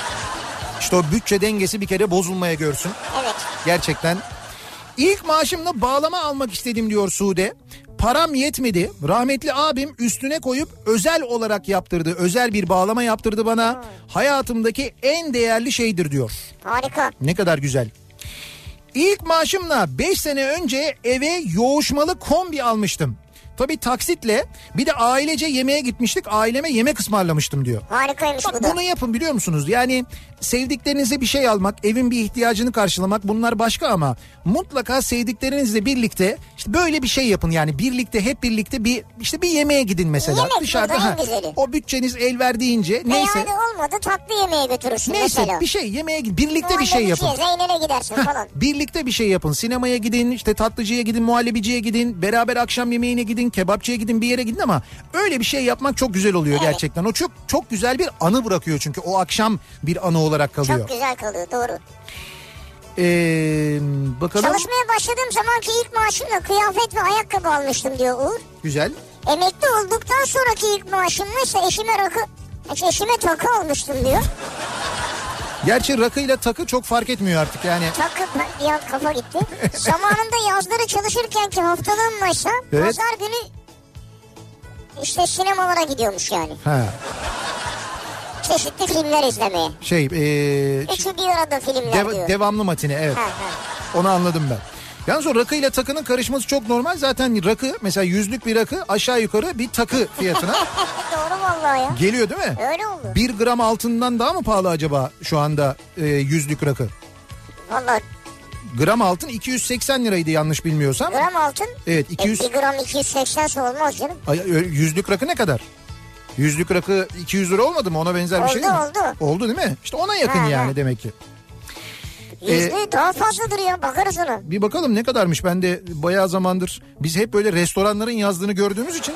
İşte o bütçe dengesi bir kere bozulmaya görsün. Evet. Gerçekten. İlk maaşımla bağlama almak istedim diyor Sude. Param yetmedi. Rahmetli abim üstüne koyup özel olarak yaptırdı. Özel bir bağlama yaptırdı bana. Hayatımdaki en değerli şeydir diyor. Harika. Ne kadar güzel. İlk maaşımla 5 sene önce eve yoğuşmalı kombi almıştım. Tabii taksitle, bir de ailece yemeğe gitmiştik. Aileme yemek ısmarlamıştım diyor. Harikaymış bu Bak da. bunu yapın biliyor musunuz? Yani sevdiklerinize bir şey almak, evin bir ihtiyacını karşılamak, bunlar başka ama mutlaka sevdiklerinizle birlikte işte böyle bir şey yapın. Yani birlikte, hep birlikte bir yemeğe gidin mesela. Yemek dışarıda burada en güzeli. o bütçeniz el verdiğince neyse. Yani olmadı tatlı yemeğe götürürsün Neyse mesela. bir şey yemeğe gidin. Birlikte bir şey yapın. Zeynep'e gidersin falan. Birlikte bir şey yapın. Sinemaya gidin, işte tatlıcıya gidin, muhallebiciye gidin, beraber akşam yemeğine gidin, kebapçıya gidin, bir yere gidin ama öyle bir şey yapmak çok güzel oluyor gerçekten. O çok çok güzel bir anı bırakıyor çünkü o akşam bir anı olarak kalıyor. Çok güzel kalıyor, doğru. Bakalım. Çalışmaya başladığım zamanki ilk maaşımla kıyafet ve ayakkabı almıştım diyor Uğur. Güzel. Emekli olduktan sonraki ilk maaşımla ise eşime takı almıştım diyor. Gerçi rakıyla takı çok fark etmiyor artık yani. Takı bir an kafa gitti. Zamanında yazları çalışırken ki haftalığımla ise Evet. pazar günü işte sinemalara gidiyormuş yani. Ha. Çeşitli filmler izlemeye. Üçü bir arada filmler diyor. Devamlı matine, evet. Onu anladım ben. Yalnız o rakıyla takının karışması çok normal. Zaten rakı mesela 100'lük bir rakı aşağı yukarı bir takı fiyatına Doğru vallahi ya. geliyor değil mi? Öyle oldu. 1 gram altından daha mı pahalı acaba şu anda 100'lük rakı? Vallahi Gram altın 280 liraydı yanlış bilmiyorsam. gram altın. Evet 200. 1 gram 280 olmaz canım. 100'lük rakı ne kadar? 100'lük rakı 200 lira olmadı mı? Ona benzer bir şey mi? Oldu. Oldu değil mi? İşte ona yakın yani demek ki. Yüzde daha fazladır ya, bakarız ona. Bir bakalım ne kadarmış, ben de bayağı zamandır biz hep böyle restoranların yazdığını gördüğümüz için.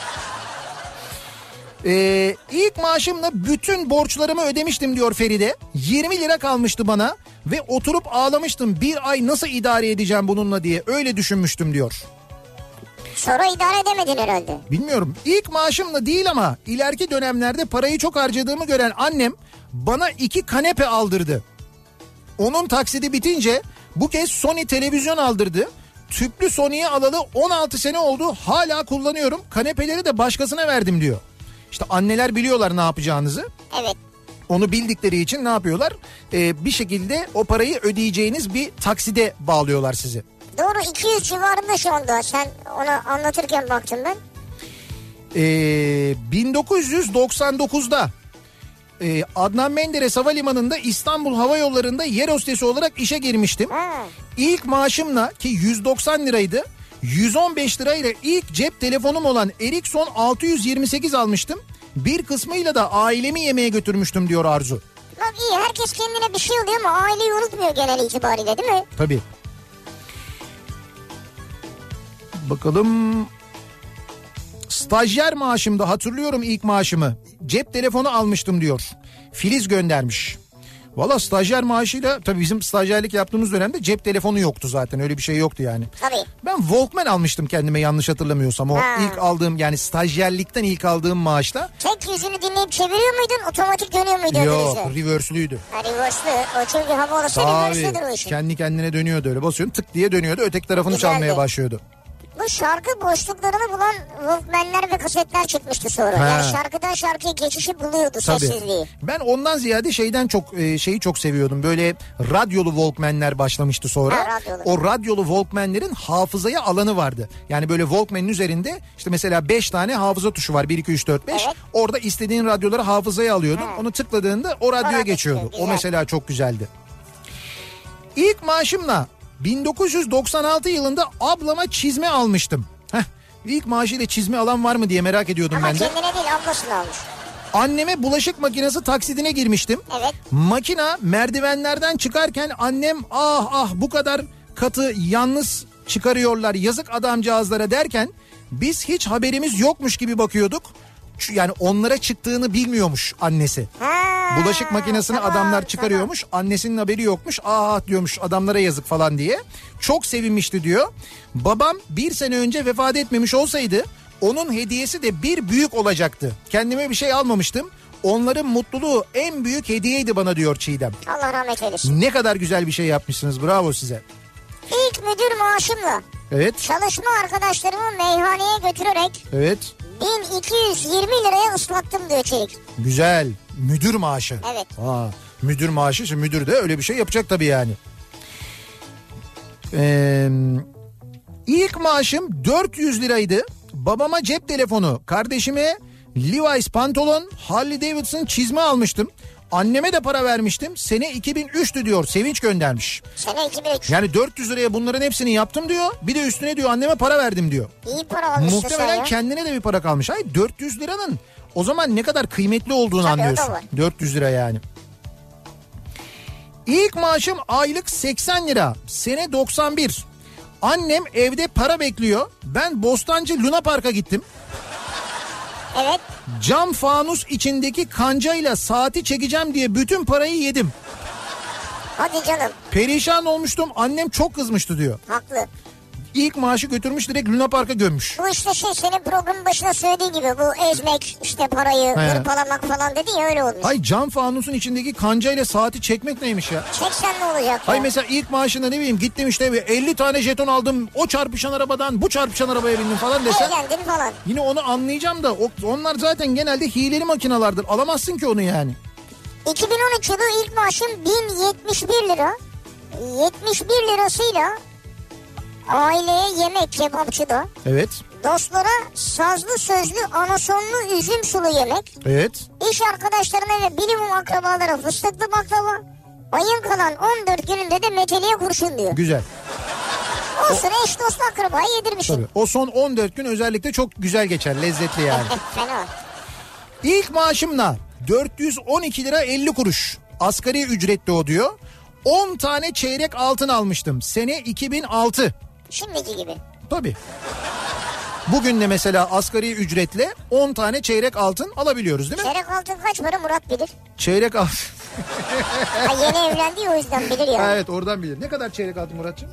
İlk maaşımla bütün borçlarımı ödemiştim diyor Feride. 20 lira kalmıştı bana ve oturup ağlamıştım. Bir ay nasıl idare edeceğim bununla diye öyle düşünmüştüm diyor. Sonra idare edemedin herhalde. Bilmiyorum. İlk maaşımla değil ama ileriki dönemlerde parayı çok harcadığımı gören annem bana 2 kanepe aldırdı. Onun taksidi bitince bu kez Sony televizyon aldırdı. Tüplü Sony'yi alalı 16 sene oldu. Hala kullanıyorum. Kanepeleri de başkasına verdim diyor. İşte anneler biliyorlar ne yapacağınızı. Evet. Onu bildikleri için ne yapıyorlar? Bir şekilde o parayı ödeyeceğiniz bir takside bağlıyorlar sizi. Doğru, 200 civarında şu anda. Sen ona anlatırken baktım ben. 1999'da Adnan Menderes Havalimanı'nda İstanbul Hava Yolları'nda yer hostesi olarak işe girmiştim. İlk maaşımla, ki 190 liraydı, 115 lirayla ilk cep telefonum olan Ericsson 628 almıştım. Bir kısmıyla da ailemi yemeğe götürmüştüm diyor Arzu. Bak iyi, herkes kendine bir şey oluyor ama aileyi unutmuyor genel itibariyle, değil mi? Tabii. Bakalım. Stajyer maaşımda hatırlıyorum ilk maaşımı. Cep telefonu almıştım diyor. Filiz göndermiş. Valla stajyer maaşıyla, tabii bizim stajyerlik yaptığımız dönemde cep telefonu yoktu zaten, öyle bir şey yoktu yani. Tabii. Ben Walkman almıştım kendime yanlış hatırlamıyorsam. O ilk aldığım, yani stajyerlikten ilk aldığım maaşla. Tek yüzünü dinleyip çeviriyor muydun, otomatik dönüyor muydu? Yok, reverse'lüydü. Reverse'lü, o çünkü hava orası reverse'lüdür o işin. Kendi kendine dönüyordu, öyle basıyorsun tık diye dönüyordu, öteki tarafını Güzeldi. çalmaya başlıyordu. Bu şarkı boşluklarını bulan Walkman'ler ve kasetler çıkmıştı sonra. Ha. Yani şarkıdan şarkıya geçişi buluyordu, Tabii. sessizliği. Ben ondan ziyade şeyi çok seviyordum. Böyle radyolu Walkman'ler başlamıştı sonra. Ha, radyolu. O radyolu Walkman'lerin hafızaya alanı vardı. Yani böyle Walkman'in üzerinde işte mesela 5 tane hafıza tuşu var. 1, 2, 3, 4, 5. Evet. Orada istediğin radyoları hafızaya alıyordun. Onu tıkladığında o radyoya geçiyordu. güzel. O mesela çok güzeldi. İlk maaşımla 1996 yılında ablama çizme almıştım. İlk maaşıyla çizme alan var mı diye merak ediyordum Ama ben de. kendine değil, ablasını almış. Anneme bulaşık makinesi taksidine girmiştim. Evet. Makina merdivenlerden çıkarken annem bu kadar katı yalnız çıkarıyorlar yazık adamcağızlara derken biz hiç haberimiz yokmuş gibi bakıyorduk. Yani onlara çıktığını bilmiyormuş annesi. Bulaşık makinesini adamlar çıkarıyormuş. Annesinin haberi yokmuş. Diyormuş adamlara yazık falan diye. Çok sevinmişti diyor. Babam 1 sene önce vefat etmemiş olsaydı onun hediyesi de bir büyük olacaktı. Kendime bir şey almamıştım. Onların mutluluğu en büyük hediyeydi bana diyor Çiğdem. Allah rahmet eylesin. Ne kadar güzel bir şey yapmışsınız. Bravo size. İlk müdür maaşımla Evet. çalışma arkadaşlarımı meyhaneye götürerek Evet. 1220 liraya ıslattım diyor Çelik. Güzel. Müdür maaşı. Evet. Müdür maaşı. Şimdi müdür de öyle bir şey yapacak tabii yani. İlk maaşım 400 liraydı. Babama cep telefonu, kardeşime Levi's pantolon, Harley Davidson çizme almıştım. Anneme de para vermiştim. Sene 2003'tü diyor. Sevinç göndermiş. Sene 2003. Yani 400 liraya bunların hepsini yaptım diyor. Bir de üstüne diyor anneme para verdim diyor. İyi para almışsın sen Muhtemelen ya. kendine de bir para kalmış. Hayır 400 liranın o zaman ne kadar kıymetli olduğunu Tabii, anlıyorsun. o da var. 400 lira yani. İlk maaşım aylık 80 lira. Sene 91. Annem evde para bekliyor. Ben Bostancı Luna Park'a gittim. Evet. Cam fanus içindeki kancayla saati çekeceğim diye bütün parayı yedim. Hadi canım. Perişan olmuştum. Annem çok kızmıştı diyor. Haklı. İlk maaşı götürmüş direkt Luna Park'a gömmüş. Bu işte senin programın başına söylediği gibi bu ezmek işte parayı hırpalamak falan dedi ya, öyle olmuş. Hay cam fanusun içindeki kancayla saati çekmek neymiş ya? Çeksen ne olacak ya? Hay mesela ilk maaşında ne bileyim gittim işte 50 tane jeton aldım. O çarpışan arabadan bu çarpışan arabaya bindim falan desen. Eğlendin falan. Yine onu anlayacağım da onlar zaten genelde hileli makinalardır. Alamazsın ki onu yani. 2013 yılı ilk maaşım 1071 lira. 71 lirasıyla aileye yemek kebapçıda. Evet. Dostlara sazlı sözlü anasonlu üzüm sulu yemek. Evet. İş arkadaşlarına ve bilimum akrabalara fıstıklı baklava. Ayın kalan 14 gününde de meteliğe kurşun diyor. Güzel. O sıra eş dost akrabayı yedirmişsin. Tabii. O son 14 gün özellikle çok güzel geçer. Lezzetli yani. Fena. İlk maaşımla 412 lira 50 kuruş. Asgari ücretli o diyor. 10 tane çeyrek altın almıştım. Sene 2006. Şimdiki gibi. Tabii. Bugün de mesela asgari ücretle 10 tane çeyrek altın alabiliyoruz değil mi? Çeyrek altın kaç para Murat bilir. Çeyrek altın. Ha, yeni evlendi ya, o yüzden bilir yani. Evet, oradan bilir. Ne kadar çeyrek altın Muratcığım?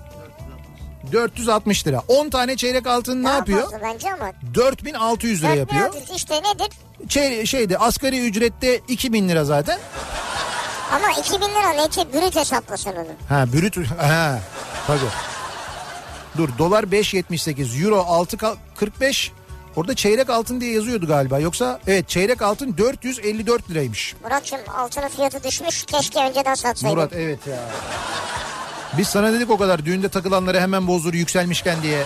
460 lira. 10 tane çeyrek altın ne Daha yapıyor? fazla bence ama. 4600 lira yapıyor. 4600 işte nedir? Şeyde asgari ücrette 2000 lira zaten. Ama 2000 lira neti brüt hesaplasın onu. Ha brüt. Ha tabii. Dur, dolar 5.78, euro 6.45. Orada çeyrek altın diye yazıyordu galiba. Yoksa evet, çeyrek altın 454 liraymış. Murat'cığım altının fiyatı düşmüş, keşke önceden satsaydın. Murat evet ya. Biz sana dedik o kadar düğünde takılanları hemen bozdur yükselmişken diye.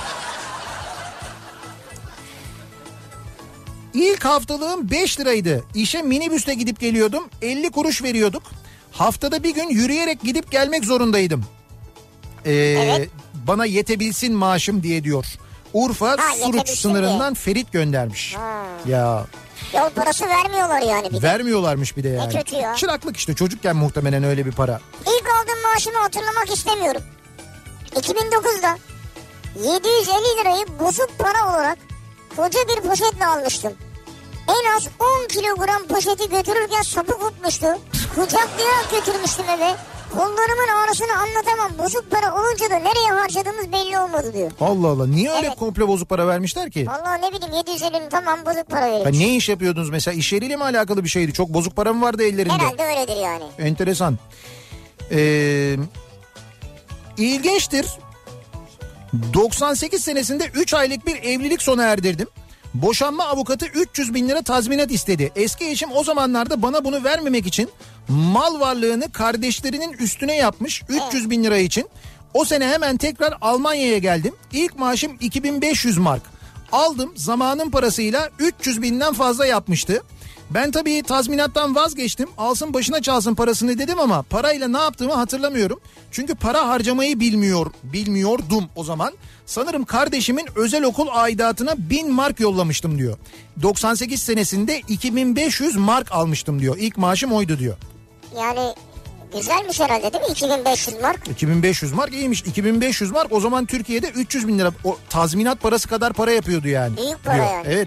İlk haftalığım 5 liraydı. İşe minibüste gidip geliyordum. 50 kuruş veriyorduk. Haftada bir gün yürüyerek gidip gelmek zorundaydım. Evet. Bana yetebilsin maaşım diye diyor. Urfa Suruç yetebilsin sınırından Ferit göndermiş. Ya Yol parası vermiyorlar yani bir de. vermiyorlarmış bir de yani. kötü ya. Çıraklık işte, çocukken muhtemelen öyle bir para. İlk aldığım maaşımı hatırlamak istemiyorum. 2009'da 750 lirayı bozuk para olarak koca bir poşetle almıştım. En az 10 kilogram poşeti götürürken sapı kopmuştu. Kucaklayarak götürmüştüm eve. Kollarımın ağrısını anlatamam. Bozuk para olunca da nereye harcadığımız belli olmadı diyor. Allah Allah, niye öyle Evet. komple bozuk para vermişler ki? Vallahi ne bileyim, 750'nin tamam bozuk para veriyor. Ha, ne iş yapıyordunuz mesela, iş yeriyle mi alakalı bir şeydi? Çok bozuk para mı vardı ellerinde? Herhalde öyledir yani. Enteresan. İlginçtir. 98 senesinde 3 aylık bir evlilik sona erdirdim. Boşanma avukatı 300 bin lira tazminat istedi. Eski eşim o zamanlarda bana bunu vermemek için mal varlığını kardeşlerinin üstüne yapmış 300 bin lira için. O sene hemen tekrar Almanya'ya geldim. İlk maaşım 2500 mark. Aldım, zamanın parasıyla 300 binden fazla yapmıştı. Ben tabii tazminattan vazgeçtim. Alsın başına çalsın parasını dedim ama parayla ne yaptığımı hatırlamıyorum. Çünkü para harcamayı bilmiyordum o zaman. Sanırım kardeşimin özel okul aidatına 1000 mark yollamıştım diyor. 98 senesinde 2500 mark almıştım diyor. İlk maaşım oydu diyor. Yani güzelmiş herhalde değil mi 2500 mark? 2500 mark iyiymiş. 2500 mark o zaman Türkiye'de 300 bin lira. O tazminat parası kadar para yapıyordu yani. Büyük para diyor. yani. Evet.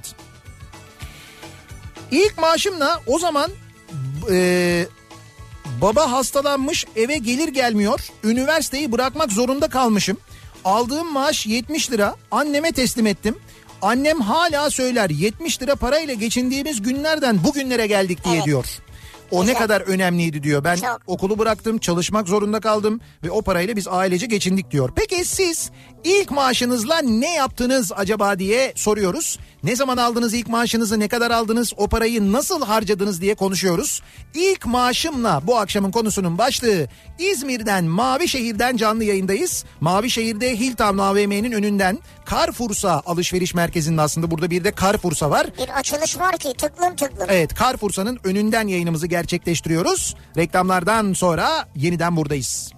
İlk maaşımla o zaman baba hastalanmış, eve gelir gelmiyor. Üniversiteyi bırakmak zorunda kalmışım. Aldığım maaş 70 lira anneme teslim ettim. Annem hala söyler 70 lira parayla geçindiğimiz günlerden bugünlere geldik diye diyor. O ne kadar önemliydi diyor. Ben okulu bıraktım, çalışmak zorunda kaldım ve o parayla biz ailece geçindik diyor. Peki siz ilk maaşınızla ne yaptınız acaba diye soruyoruz. Ne zaman aldınız ilk maaşınızı, ne kadar aldınız, o parayı nasıl harcadınız diye konuşuyoruz. İlk maaşımla bu akşamın konusunun başlığı. İzmir'den, Mavişehir'den canlı yayındayız. Mavişehir'de Hilltown AVM'nin önünden Carrefour'sa alışveriş merkezinin aslında burada bir de Carrefour'sa var. Bir açılış var ki tıklım tıklım. Evet, Carrefour'sa'nın önünden yayınımızı gerçekleştiriyoruz. Reklamlardan sonra yeniden buradayız.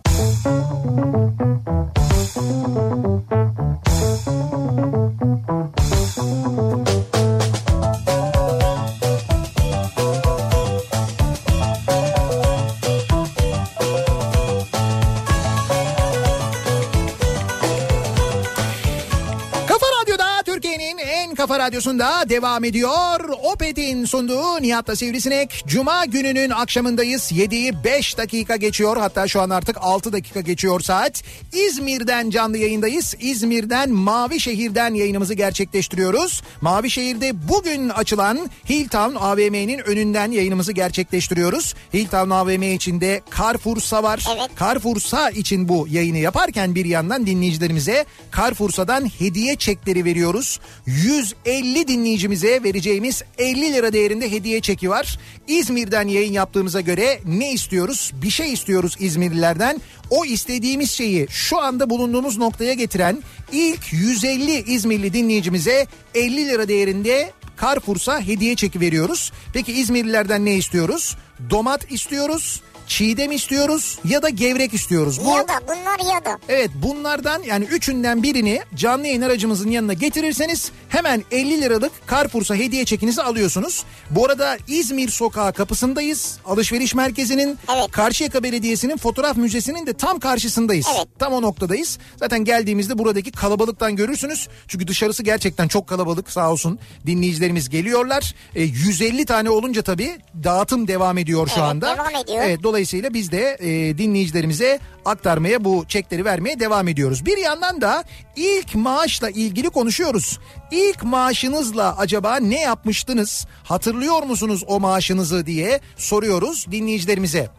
Kafa Radyosu'nda devam ediyor. Opet'in sunduğu Nihat'la Sivrisinek. Cuma gününün akşamındayız. 7'yi 5 dakika geçiyor. Hatta şu an artık 6 dakika geçiyor saat. İzmir'den canlı yayındayız. İzmir'den Mavişehir'den yayınımızı gerçekleştiriyoruz. Mavişehir'de bugün açılan Hilltown AVM'nin önünden yayınımızı gerçekleştiriyoruz. Hilltown AVM içinde Carrefour'sa var. Evet. Carrefour'sa için bu yayını yaparken bir yandan dinleyicilerimize Carrefour'sa'dan hediye çekleri veriyoruz. 150 dinleyicimize vereceğimiz 50 lira değerinde hediye çeki var. İzmir'den yayın yaptığımıza göre ne istiyoruz? Bir şey istiyoruz İzmirlilerden. O istediğimiz şeyi şu anda bulunduğumuz noktaya getiren ilk 150 İzmirli dinleyicimize 50 lira değerinde Carrefour'sa hediye çeki veriyoruz. Peki İzmirlilerden ne istiyoruz? Domat istiyoruz. Çiğdem istiyoruz ya da gevrek istiyoruz. Bunlar ya da. Evet, bunlardan yani üçünden birini canlı yayın aracımızın yanına getirirseniz hemen 50 liralık Carrefour'sa hediye çekinizi alıyorsunuz. Bu arada İzmir Sokağı kapısındayız. Alışveriş merkezinin, Karşıyaka Belediyesi'nin fotoğraf müzesinin de tam karşısındayız. Evet. Tam o noktadayız. Zaten geldiğimizde buradaki kalabalıktan görürsünüz. Çünkü dışarısı gerçekten çok kalabalık, sağ olsun dinleyicilerimiz geliyorlar. 150 tane olunca tabii dağıtım devam ediyor şu anda. Devam ediyor. Evet, dolayısıyla biz de dinleyicilerimize aktarmaya, bu çekleri vermeye devam ediyoruz. Bir yandan da ilk maaşla ilgili konuşuyoruz. İlk maaşınızla acaba ne yapmıştınız? Hatırlıyor musunuz o maaşınızı diye soruyoruz dinleyicilerimize.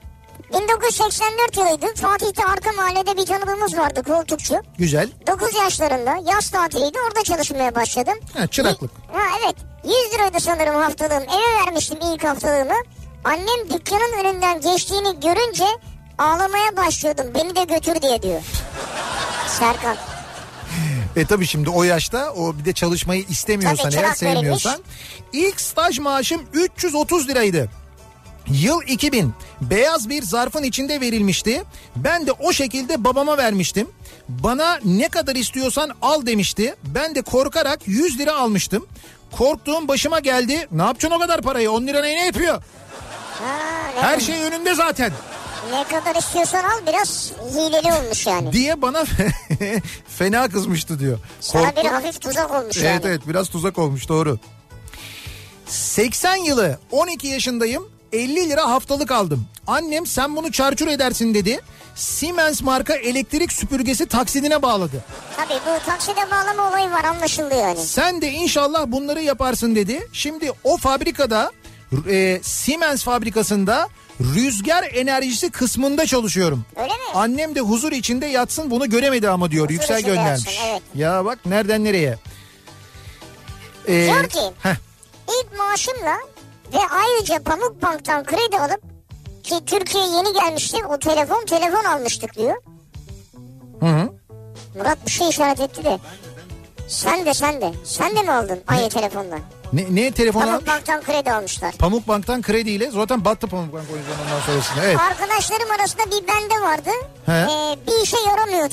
1984 yılıydı. Fatih'te arka mahallede bir tanıdığımız vardı, koltukçu. Güzel. 9 yaşlarında yaz tatiliydi, orada çalışmaya başladım. Çıraklık. Evet. 100 liraydı sanırım haftalığım. Eve vermiştim ilk haftalığımı. Annem dükkanın önünden geçtiğini görünce ağlamaya başlıyordum. Beni de götür diye diyor. Serkan. Tabii şimdi o yaşta o bir de çalışmayı istemiyorsan, eğer sevmiyorsan. İlk staj maaşım 330 liraydı. Yıl 2000. Beyaz bir zarfın içinde verilmişti. Ben de o şekilde babama vermiştim. Bana ne kadar istiyorsan al demişti. Ben de korkarak 100 lira almıştım. Korktuğum başıma geldi. Ne yapacaksın o kadar parayı? 10 lira ne yapıyor? Her şey önünde zaten. Ne kadar istiyorsan al, biraz hileli olmuş yani. Diye bana fena kızmıştı diyor. Sana bir hafif tuzak olmuş yani. Evet, biraz tuzak olmuş, doğru. 80 yılı, 12 yaşındayım. 50 lira haftalık aldım. Annem sen bunu çarçur edersin dedi. Siemens marka elektrik süpürgesi taksidine bağladı. Tabii bu takside bağlama olayı var, anlaşıldı yani. Sen de inşallah bunları yaparsın dedi. Şimdi o fabrikada, Siemens fabrikasında Rüzgar enerjisi kısmında çalışıyorum. Öyle mi? Annem de huzur içinde yatsın, bunu göremedi ama diyor. Huzur Yüksel içinde göndermiş. yatsın, evet. Ya bak nereden nereye. Diyor ki heh, ilk maaşımla ve ayrıca Pamukbank'tan kredi alıp, ki Türkiye'ye yeni gelmişti o telefon almıştık diyor. hı. Murat bir şey işaret etti de. Sen de mi aldın aynı telefonla? Ne telefon almış? Pamukbank'tan kredi almışlar. Pamukbank'tan krediyle zaten battı Pamukbank o yüzden ondan sonrasında. Evet. Arkadaşlarım arasında bir bende vardı. He. Bir işe yaramıyordu.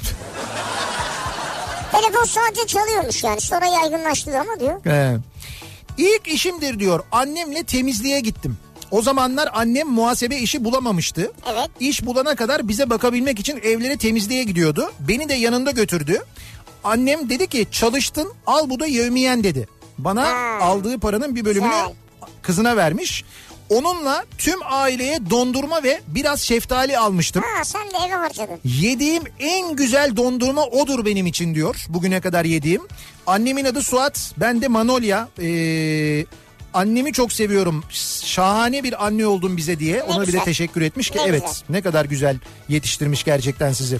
Telefon sadece çalıyormuş yani. Sonra yaygınlaştı ama diyor. He. İlk işimdir diyor. Annemle temizliğe gittim. O zamanlar annem muhasebe işi bulamamıştı. Evet. İş bulana kadar bize bakabilmek için evlere temizliğe gidiyordu. Beni de yanında götürdü. Annem dedi ki çalıştın, al bu da yevmiyen dedi. Bana aldığı paranın bir bölümünü kızına vermiş. Onunla tüm aileye dondurma ve biraz şeftali almıştım. Sen de eve harcadın. Yediğim en güzel dondurma odur benim için diyor. Bugüne kadar yediğim. Annemin adı Suat, ben de Manolya. Annemi çok seviyorum. Şahane bir anne oldun bize diye. Ne Ona güzel. bile teşekkür etmiş ki Ne evet güzel. ne kadar güzel yetiştirmiş gerçekten sizi.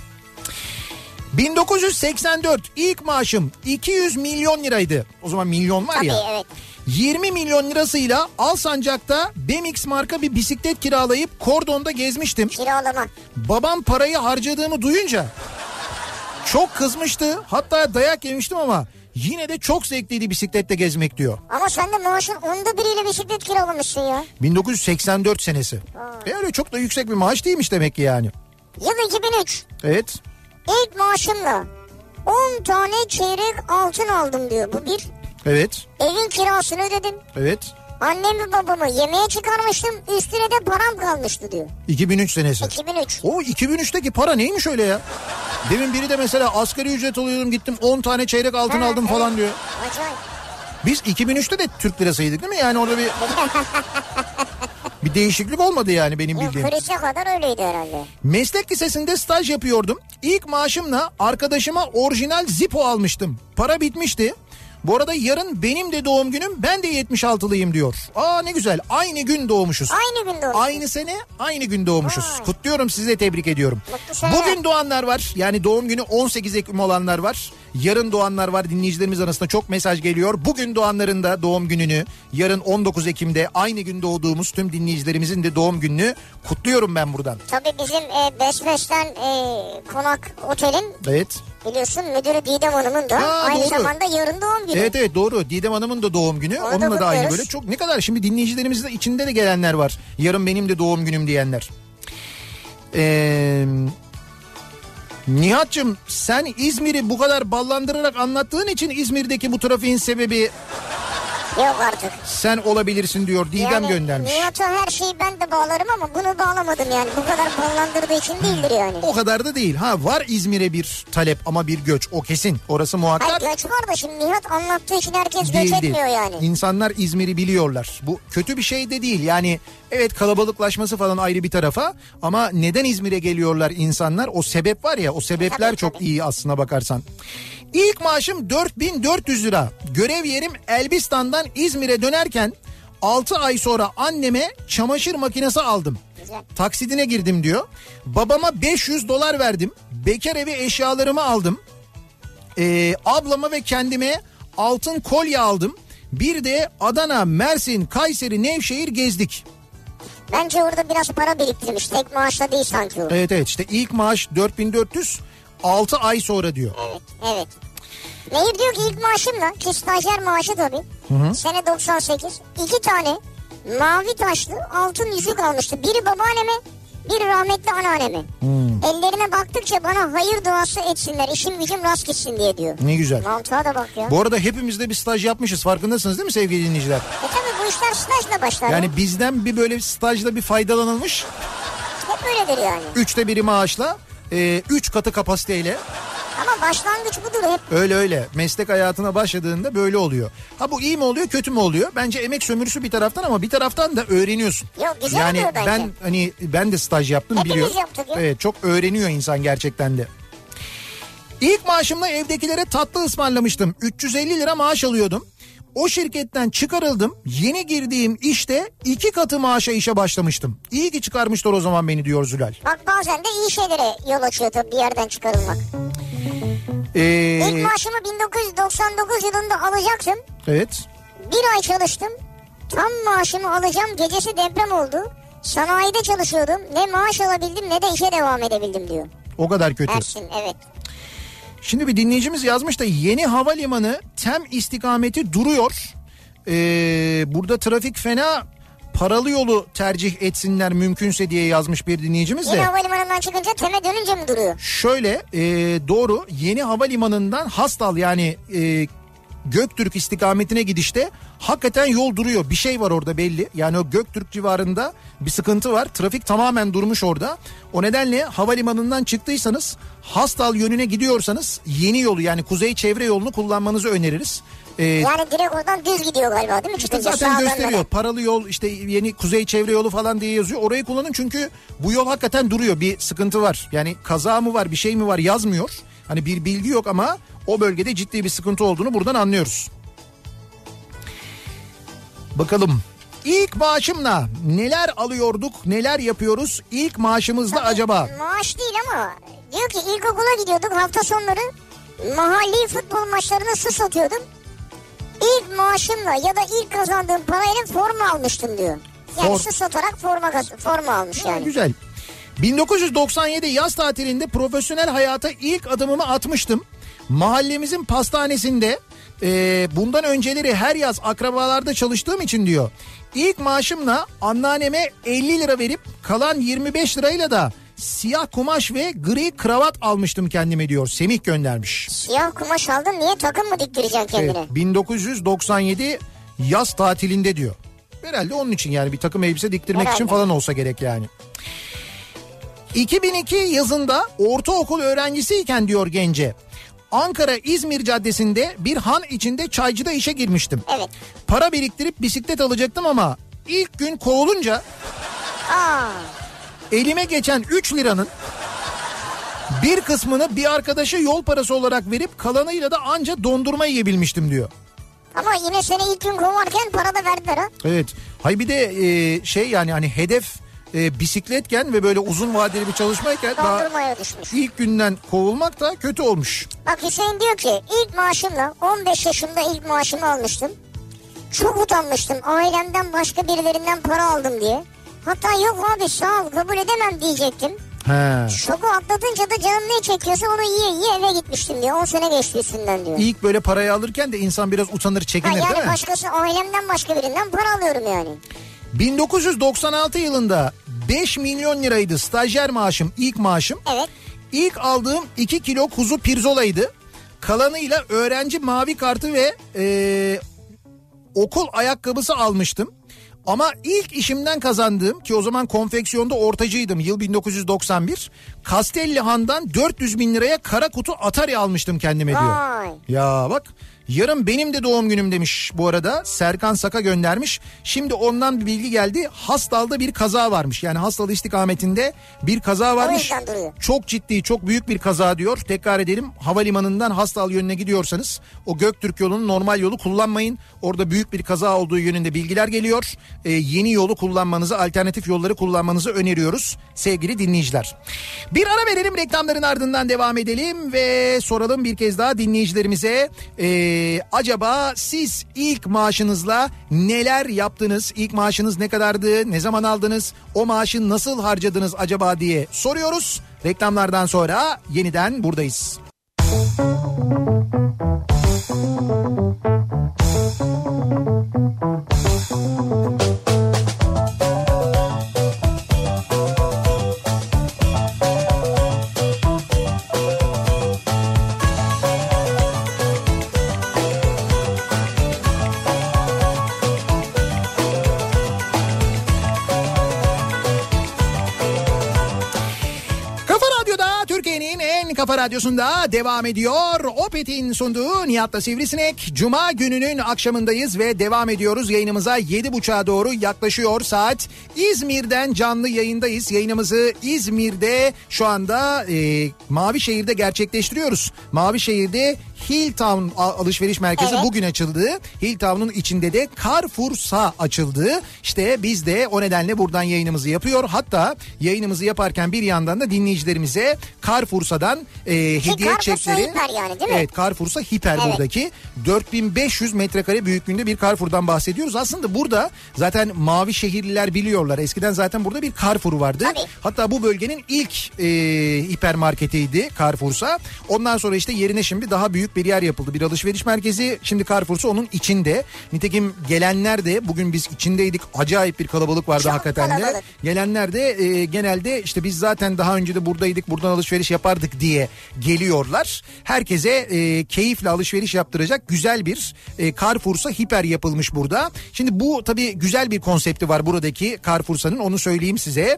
1984 ilk maaşım 200 milyon liraydı. O zaman milyon var ya. Tabii, evet. 20 milyon lirasıyla Alsancak'ta BMX marka bir bisiklet kiralayıp kordonda gezmiştim. Kiralama. Babam parayı harcadığımı duyunca çok kızmıştı. Hatta dayak yemiştim ama yine de çok zevkliydi bisikletle gezmek diyor. Ama sen de maaşın 1/10'iyle bisiklet kiralamışsın ya. 1984 senesi. Öyle çok da yüksek bir maaş değilmiş demek ki yani. Yıl 2003. Evet. İlk maaşımla 10 tane çeyrek altın aldım diyor. Bu bir. Evet. Evin kirasını ödedim. Evet. Annemi babamı yemeğe çıkarmıştım. Üstüne de param kalmıştı diyor. 2003 senesi. 2003. O 2003'teki para neymiş öyle ya? Demin biri de mesela asgari ücret alıyordum gittim 10 tane çeyrek altın aldım falan diyor. Acayip. Biz 2003'te de Türk lirasıydık değil mi? Yani orada bir değişiklik olmadı yani benim bildiğim. Krize kadar öyleydi herhalde. Meslek lisesinde staj yapıyordum. İlk maaşımla arkadaşıma orijinal Zippo almıştım. Para bitmişti. Bu arada yarın benim de doğum günüm, ben de 76'lıyım diyor. Aa ne güzel, aynı gün doğmuşuz. Aynı gün doğmuşuz. Aynı sene aynı gün doğmuşuz. Kutluyorum, sizi de tebrik ediyorum. Mutlu sene. Bugün doğanlar var, yani doğum günü 18 Ekim olanlar var. Yarın doğanlar var, dinleyicilerimiz arasında çok mesaj geliyor. Bugün doğanların da doğum gününü, yarın 19 Ekim'de aynı gün doğduğumuz tüm dinleyicilerimizin de doğum gününü kutluyorum ben buradan. Tabii bizim Besbeş'ten Konak Otel'in Evet. biliyorsun müdürü Didem Hanım'ın da aynı doğru. zamanda yarın doğum günü. Evet doğru. Didem Hanım'ın da doğum günü. Onu da Onunla da aynı kutluyoruz. böyle. Çok ne kadar şimdi dinleyicilerimizin içinde de gelenler var. Yarın benim de doğum günüm diyenler. Nihat'cığım sen İzmir'i bu kadar ballandırarak anlattığın için İzmir'deki bu trafiğin sebebi Yok artık. sen olabilirsin diyor. Didem göndermiş. Nihat'a her şeyi ben de bağlarım ama bunu bağlamadım yani. Bu kadar ballandırdığı için değildir yani. O kadar da değil. Ha var İzmir'e bir talep ama bir göç. O kesin. Orası muhakkak. Hayır göç var da şimdi Nihat anlattığı için herkes göç Değil. etmiyor yani. İnsanlar İzmir'i biliyorlar. Bu kötü bir şey de değil. Yani evet kalabalıklaşması falan ayrı bir tarafa ama neden İzmir'e geliyorlar insanlar? O sebep var ya, o sebepler Tabii, çok tabii. iyi aslına bakarsan. İlk maaşım 4400 lira. Görev yerim Elbistan'dan İzmir'e dönerken 6 ay sonra anneme çamaşır makinesi aldım. Güzel. Taksidine girdim diyor. Babama $500 verdim. Bekar evi eşyalarımı aldım. Ablama ve kendime altın kolye aldım. Bir de Adana, Mersin, Kayseri, Nevşehir gezdik. Bence orada biraz para biriktirmiş. Tek maaşla değil sanki o. Evet işte ilk maaş 4400, 6 ay sonra diyor. Evet. Nehir diyor ki ilk maaşımla, ki stajyer maaşı tabii. Sene 98. 2 tane mavi taşlı altın yüzük almıştı. Biri babaanneme, biri rahmetli anneanneme. Ellerine baktıkça bana hayır duası etsinler, işim gücüm rast gitsin diye diyor. Ne güzel. Mantığa da bak ya. Bu arada hepimiz de bir staj yapmışız, farkındasınız değil mi sevgili dinleyiciler? Tabii bu işler stajla başlar. Yani bizden bir böyle stajla bir faydalanılmış. Hep öyledir yani. 1/3 maaşla, 3 katı kapasiteyle. Ama başlangıç budur hep. Öyle meslek hayatına başladığında böyle oluyor. Ha bu iyi mi oluyor kötü mü oluyor? Bence emek sömürüsü bir taraftan ama bir taraftan da öğreniyorsun. Yok, güzel yani oluyor bence. ben de staj yaptım, Hepimiz biliyorum. yaptık ya. Evet çok öğreniyor insan gerçekten de. İlk maaşımla evdekilere tatlı ısmarlamıştım. 350 lira maaş alıyordum. O şirketten çıkarıldım. Yeni girdiğim işte 2 katı maaşa işe başlamıştım. İyi ki çıkarmışlar o zaman beni diyor Zülal. Bak bazen de iyi şeylere yol açıyor tabii bir yerden çıkarılmak. İlk maaşımı 1999 yılında alacaktım. Evet. Bir ay çalıştım. Tam maaşımı alacağım, gecesi deprem oldu. Sanayide çalışıyordum. Ne maaş alabildim ne de işe devam edebildim diyor. O kadar kötü. Ersin, evet. Şimdi bir dinleyicimiz yazmış da yeni havalimanı TEM istikameti duruyor. Burada trafik fena, paralı yolu tercih etsinler mümkünse diye yazmış bir dinleyicimiz de. Yeni havalimanından çıkınca TEM'e dönünce mi duruyor? Şöyle doğru, yeni havalimanından Hastal yani Göktürk istikametine gidişte hakikaten yol duruyor. Bir şey var orada belli. Yani o Göktürk civarında bir sıkıntı var. Trafik tamamen durmuş orada. O nedenle havalimanından çıktıysanız Hastal yönüne gidiyorsanız yeni yolu yani kuzey çevre yolunu kullanmanızı öneririz. Yani direkt oradan düz gidiyor galiba değil mi? İşte zaten gösteriyor. Paralı yol, işte yeni kuzey çevre yolu falan diye yazıyor. Orayı kullanın çünkü bu yol hakikaten duruyor. Bir sıkıntı var. Yani kaza mı var, bir şey mi var yazmıyor. Hani bir bilgi yok ama o bölgede ciddi bir sıkıntı olduğunu buradan anlıyoruz. Bakalım ilk maaşımla neler alıyorduk, neler yapıyoruz ilk maaşımızla tabii, acaba? Maaş değil ama diyor ki ilkokula gidiyorduk, hafta sonları mahalli futbol maçlarına su satıyordum. İlk maaşımla ya da ilk kazandığım parayla forma almıştım diyor. Yani su satarak forma almış yani. Güzel. 1997 yaz tatilinde profesyonel hayata ilk adımımı atmıştım. Mahallemizin pastanesinde bundan önceleri her yaz akrabalarda çalıştığım için diyor. İlk maaşımla anneanneme 50 lira verip kalan 25 lirayla da siyah kumaş ve gri kravat almıştım kendime diyor. Semih göndermiş. Siyah kumaş aldın, niye, takım mı diktireceksin kendine? Evet, 1997 yaz tatilinde diyor. Herhalde onun için yani bir takım elbise diktirmek için falan olsa gerek yani. 2002 yazında ortaokul öğrencisiyken diyor Gence, Ankara İzmir Caddesi'nde bir han içinde çaycıda işe girmiştim. Evet. Para biriktirip bisiklet alacaktım ama ilk gün kovulunca elime geçen 3 liranın bir kısmını bir arkadaşa yol parası olarak verip kalanıyla da anca dondurma yiyebilmiştim diyor. Ama yine seni ilk gün kovarken para da verdiler ha. Evet. Hayır bir de yani hani hedef bisikletken ve böyle uzun vadeli bir çalışmayken dondurmaya düşmüş. İlk günden kovulmak da kötü olmuş. Bak Hüseyin diyor ki ilk maaşımla 15 yaşımda ilk maaşımı almıştım. Çok utanmıştım ailemden başka birilerinden para aldım diye. Hatta yok abi sağ ol kabul edemem diyecektim. He. Şoku atlatınca da canım ne çekiyorsa onu yiye eve gitmiştim diyor. 10 sene geçti üstünden diyor. İlk böyle parayı alırken de insan biraz utanır, çekinir yani değil mi? Başkası, ailemden başka birinden para alıyorum yani. 1996 yılında 5 milyon liraydı stajyer maaşım, ilk maaşım. Evet. İlk aldığım 2 kilo kuzu pirzolaydı. Kalanıyla öğrenci mavi kartı ve okul ayakkabısı almıştım. Ama ilk işimden kazandığım, ki o zaman konfeksiyonda ortacıydım, yıl 1991. Kastellihan'dan 400 bin liraya kara kutu Atari almıştım kendime diyor. Vay. Ya bak, yarın benim de doğum günüm demiş bu arada. Serkan Saka göndermiş. Şimdi ondan bir bilgi geldi. Hastal'da bir kaza varmış. Yani Hastal istikametinde bir kaza varmış. Çok ciddi, çok büyük bir kaza diyor. Tekrar edelim, havalimanından Hastal yönüne gidiyorsanız o Göktürk yolunun normal yolu kullanmayın. Orada büyük bir kaza olduğu yönünde bilgiler geliyor. Yeni yolu kullanmanızı, alternatif yolları kullanmanızı öneriyoruz sevgili dinleyiciler. Bir ara verelim, reklamların ardından devam edelim ve soralım bir kez daha dinleyicilerimize. Acaba siz ilk maaşınızla neler yaptınız? İlk maaşınız ne kadardı? Ne zaman aldınız? O maaşı nasıl harcadınız acaba diye soruyoruz. Reklamlardan sonra yeniden buradayız. Kafa Radyosu'nda devam ediyor. Opet'in sunduğu Nihat'la Sivrisinek. Cuma gününün akşamındayız ve devam ediyoruz yayınımıza. 7.30'a doğru yaklaşıyor saat. İzmir'den canlı yayındayız. Yayınımızı İzmir'de şu anda Mavişehir'de gerçekleştiriyoruz. Mavişehir'de Hilltown alışveriş merkezi bugün açıldı. Hilltown'un içinde de Carrefour'sa açıldı. İşte biz de o nedenle buradan yayınımızı yapıyor. Hatta yayınımızı yaparken bir yandan da dinleyicilerimize Carrefour'sa'dan hediye çekleri. Hiper yani değil mi? Evet, Carrefour'sa hiper buradaki. 4500 metrekare büyüklüğünde bir Carrefour'dan bahsediyoruz. Aslında burada zaten Mavişehirliler biliyorlar. Eskiden zaten burada bir Carrefour vardı. Tabii. Hatta bu bölgenin ilk hipermarketiydi Carrefour'sa. Ondan sonra işte yerine şimdi daha büyük bir yer yapıldı. Bir alışveriş merkezi. Şimdi Carrefour'sa onun içinde. Nitekim gelenler de bugün biz içindeydik. Acayip bir kalabalık vardı çok hakikaten kalabalık. de. Gelenler de genelde işte biz zaten daha önce de buradaydık. Buradan alışveriş yapardık diye geliyorlar. Herkese keyifle alışveriş yaptıracak güzel bir Carrefour'sa hiper yapılmış burada. Şimdi bu tabii güzel bir konsepti var buradaki Carrefour'sa'nın, onu söyleyeyim size.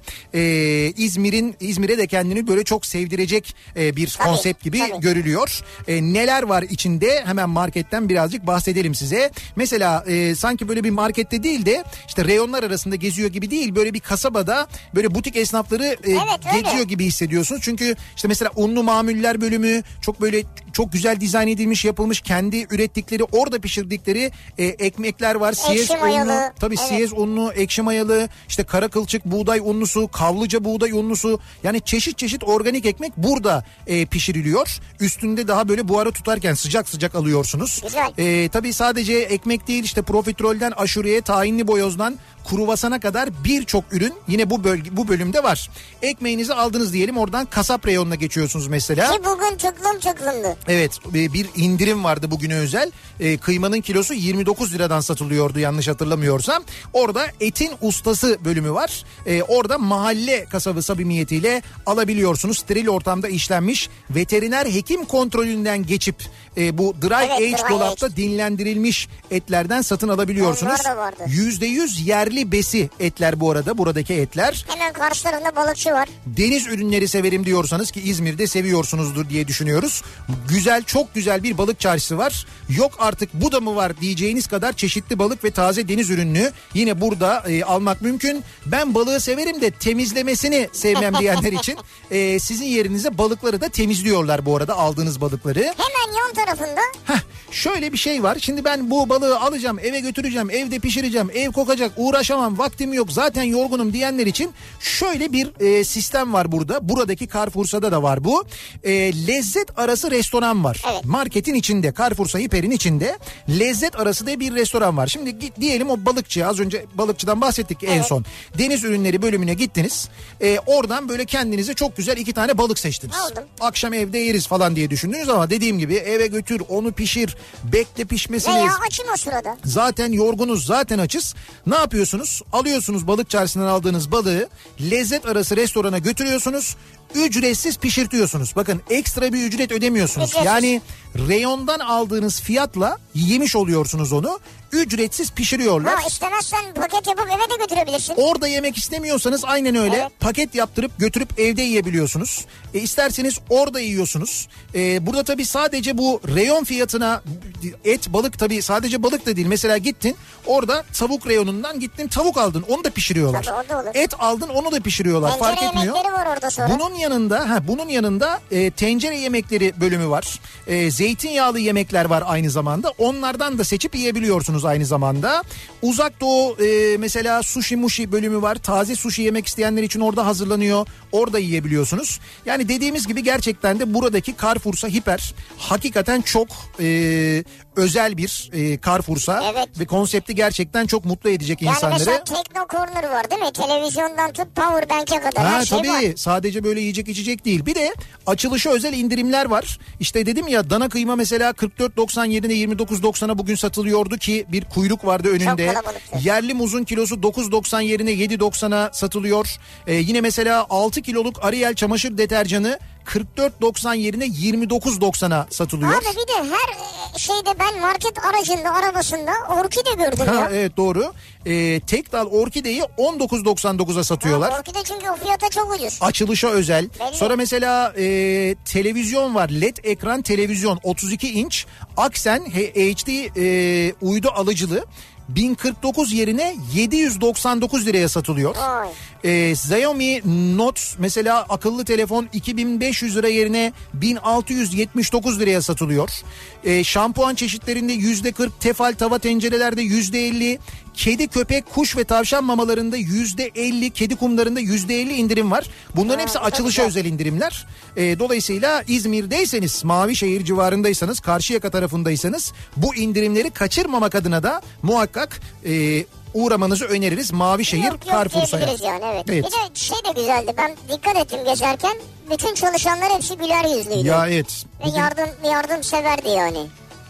İzmir'e de kendini böyle çok sevdirecek bir konsept gibi görülüyor. Neler var içinde, hemen marketten birazcık bahsedelim size. Mesela sanki böyle bir markette değil de işte reyonlar arasında geziyor gibi değil, böyle bir kasabada böyle butik esnafları geziyor gibi hissediyorsunuz. Çünkü işte mesela unlu mamuller bölümü çok böyle çok güzel dizayn edilmiş, yapılmış, kendi ürettikleri, orada pişirdikleri ekmekler var. Siyez unlu, tabii siyez unlu, ekşi mayalı, işte kara kılçık buğday unlusu, kavlıca buğday unlusu, yani çeşit çeşit organik ekmek burada pişiriliyor. Üstünde daha böyle buhara tutarken sıcak sıcak alıyorsunuz. Tabii sadece ekmek değil, işte profiterolden aşureye, tahinli boyozdan kruvasana kadar birçok ürün yine bu bölümde var. Ekmeğinizi aldınız diyelim, oradan kasap reyonuna geçiyorsunuz mesela. Ki bugün tıklımdı. Evet, bir indirim vardı bugüne özel. Kıymanın kilosu 29 liradan satılıyordu yanlış hatırlamıyorsam. Orada etin ustası bölümü var. Orada mahalle kasabı samimiyetiyle alabiliyorsunuz. Steril ortamda işlenmiş, veteriner hekim kontrolünden geçip bu dry age dolapta dinlendirilmiş etlerden satın alabiliyorsunuz. %100 yerli besi etler bu arada, buradaki etler. Hemen karşı tarafında balıkçı var. Deniz ürünleri severim diyorsanız, ki İzmir'de seviyorsunuzdur diye düşünüyoruz. Güzel, çok güzel bir balık çarşısı var. Yok artık bu da mı var diyeceğiniz kadar çeşitli balık ve taze deniz ürününü yine burada almak mümkün. Ben balığı severim de temizlemesini sevmem diyenler için sizin yerinize balıkları da temizliyorlar bu arada, aldığınız balıkları. Hemen yan tarafında. Şöyle bir şey var. Şimdi ben bu balığı alacağım, eve götüreceğim, evde pişireceğim, ev kokacak, uğraşamam, vaktim yok, zaten yorgunum diyenler için şöyle bir sistem var burada. Buradaki Carrefour'sa'da da var bu. Lezzet arası restoran var. Evet. Marketin içinde, Carrefour'sa hiperin içinde lezzet arası diye bir restoran var. Şimdi diyelim o balıkçı, az önce balıkçıdan bahsettik en son. Deniz ürünleri bölümüne gittiniz. Oradan böyle kendinize çok güzel 2 tane balık seçtiniz. Aldım. Akşam evde yeriz falan diye düşündünüz ama dediğim gibi eve götür, onu pişir, bekle pişmesini. Veya açın o sırada. Zaten yorgunuz, zaten açız. Ne yapıyorsunuz? Alıyorsunuz balık çarşısından aldığınız balığı, lezzet arası restorana götürüyorsunuz. Ücretsiz pişirtiyorsunuz. Bakın, ekstra bir ücret ödemiyorsunuz. Ücretsiz. Yani reyondan aldığınız fiyatla yemiş oluyorsunuz onu. Ücretsiz pişiriyorlar. İstemezsen paket yapıp eve de götürebilirsin. Orada yemek istemiyorsanız aynen öyle. Evet. Paket yaptırıp götürüp evde yiyebiliyorsunuz. İsterseniz orada yiyorsunuz. Burada tabii sadece bu reyon fiyatına et, balık, tabii sadece balık da değil. Mesela gittin orada tavuk reyonundan gittin tavuk aldın, onu da pişiriyorlar. Tabii, olur. Et aldın, onu da pişiriyorlar. Tencere fark etmiyor. yemekleri var orada sonra. Bunun yanında tencere yemekleri bölümü var. Zeytinyağlı yemekler var aynı zamanda. Onlardan da seçip yiyebiliyorsunuz aynı zamanda. Uzak Doğu mesela sushi mushi bölümü var. Taze sushi yemek isteyenler için orada hazırlanıyor. Orada yiyebiliyorsunuz. Yani dediğimiz gibi gerçekten de buradaki Carrefour'sa hiper hakikaten çok özel bir Carrefour'sa ve konsepti gerçekten çok mutlu edecek insanları. Yani mesela Tekno Corner var değil mi? Televizyondan tut Powerbank'e kadar her şey tabii var. Sadece böyle yiyecek içecek değil. Bir de açılışa özel indirimler var. İşte dedim ya, dana kıyma mesela 44.90 yerine 29.90'a bugün satılıyordu ki bir kuyruk vardı önünde. Yerli muzun kilosu 9.90 yerine 7.90'a satılıyor. Yine mesela 6 kiloluk Ariel çamaşır deterjanı 44.90 yerine 29.90'a satılıyor. Abi bir de her şeyde ben market aracında arabasında orkide gördüm ya. Evet doğru. Tek dal orkideyi 19.99'a satıyorlar. Orkide çünkü o fiyata çok ucuz. Açılışa özel. Belli. Sonra mesela televizyon var. LED ekran televizyon 32 inç. Aksen HD uydu alıcılı. 1049 yerine 799 liraya satılıyor. Xiaomi Note mesela akıllı telefon 2500 lira yerine 1679 liraya satılıyor. Şampuan çeşitlerinde %40, tefal tava tencerelerde %50, kedi, köpek, kuş ve tavşan mamalarında %50, kedi kumlarında %50 indirim var. Bunların hepsi açılışa özel indirimler. Dolayısıyla İzmir'deyseniz, Mavişehir civarındaysanız, Karşıyaka tarafındaysanız bu indirimleri kaçırmamak adına da muhakkak uğramanızı öneririz. Mavişehir Carrefour'sa. Yani, evet. Evet. Bir de şey de güzeldi. Ben dikkat ettim gezerken. Bütün çalışanlar hepsi güler yüzlüydü. Ya evet. Ve yardımseverdi yani.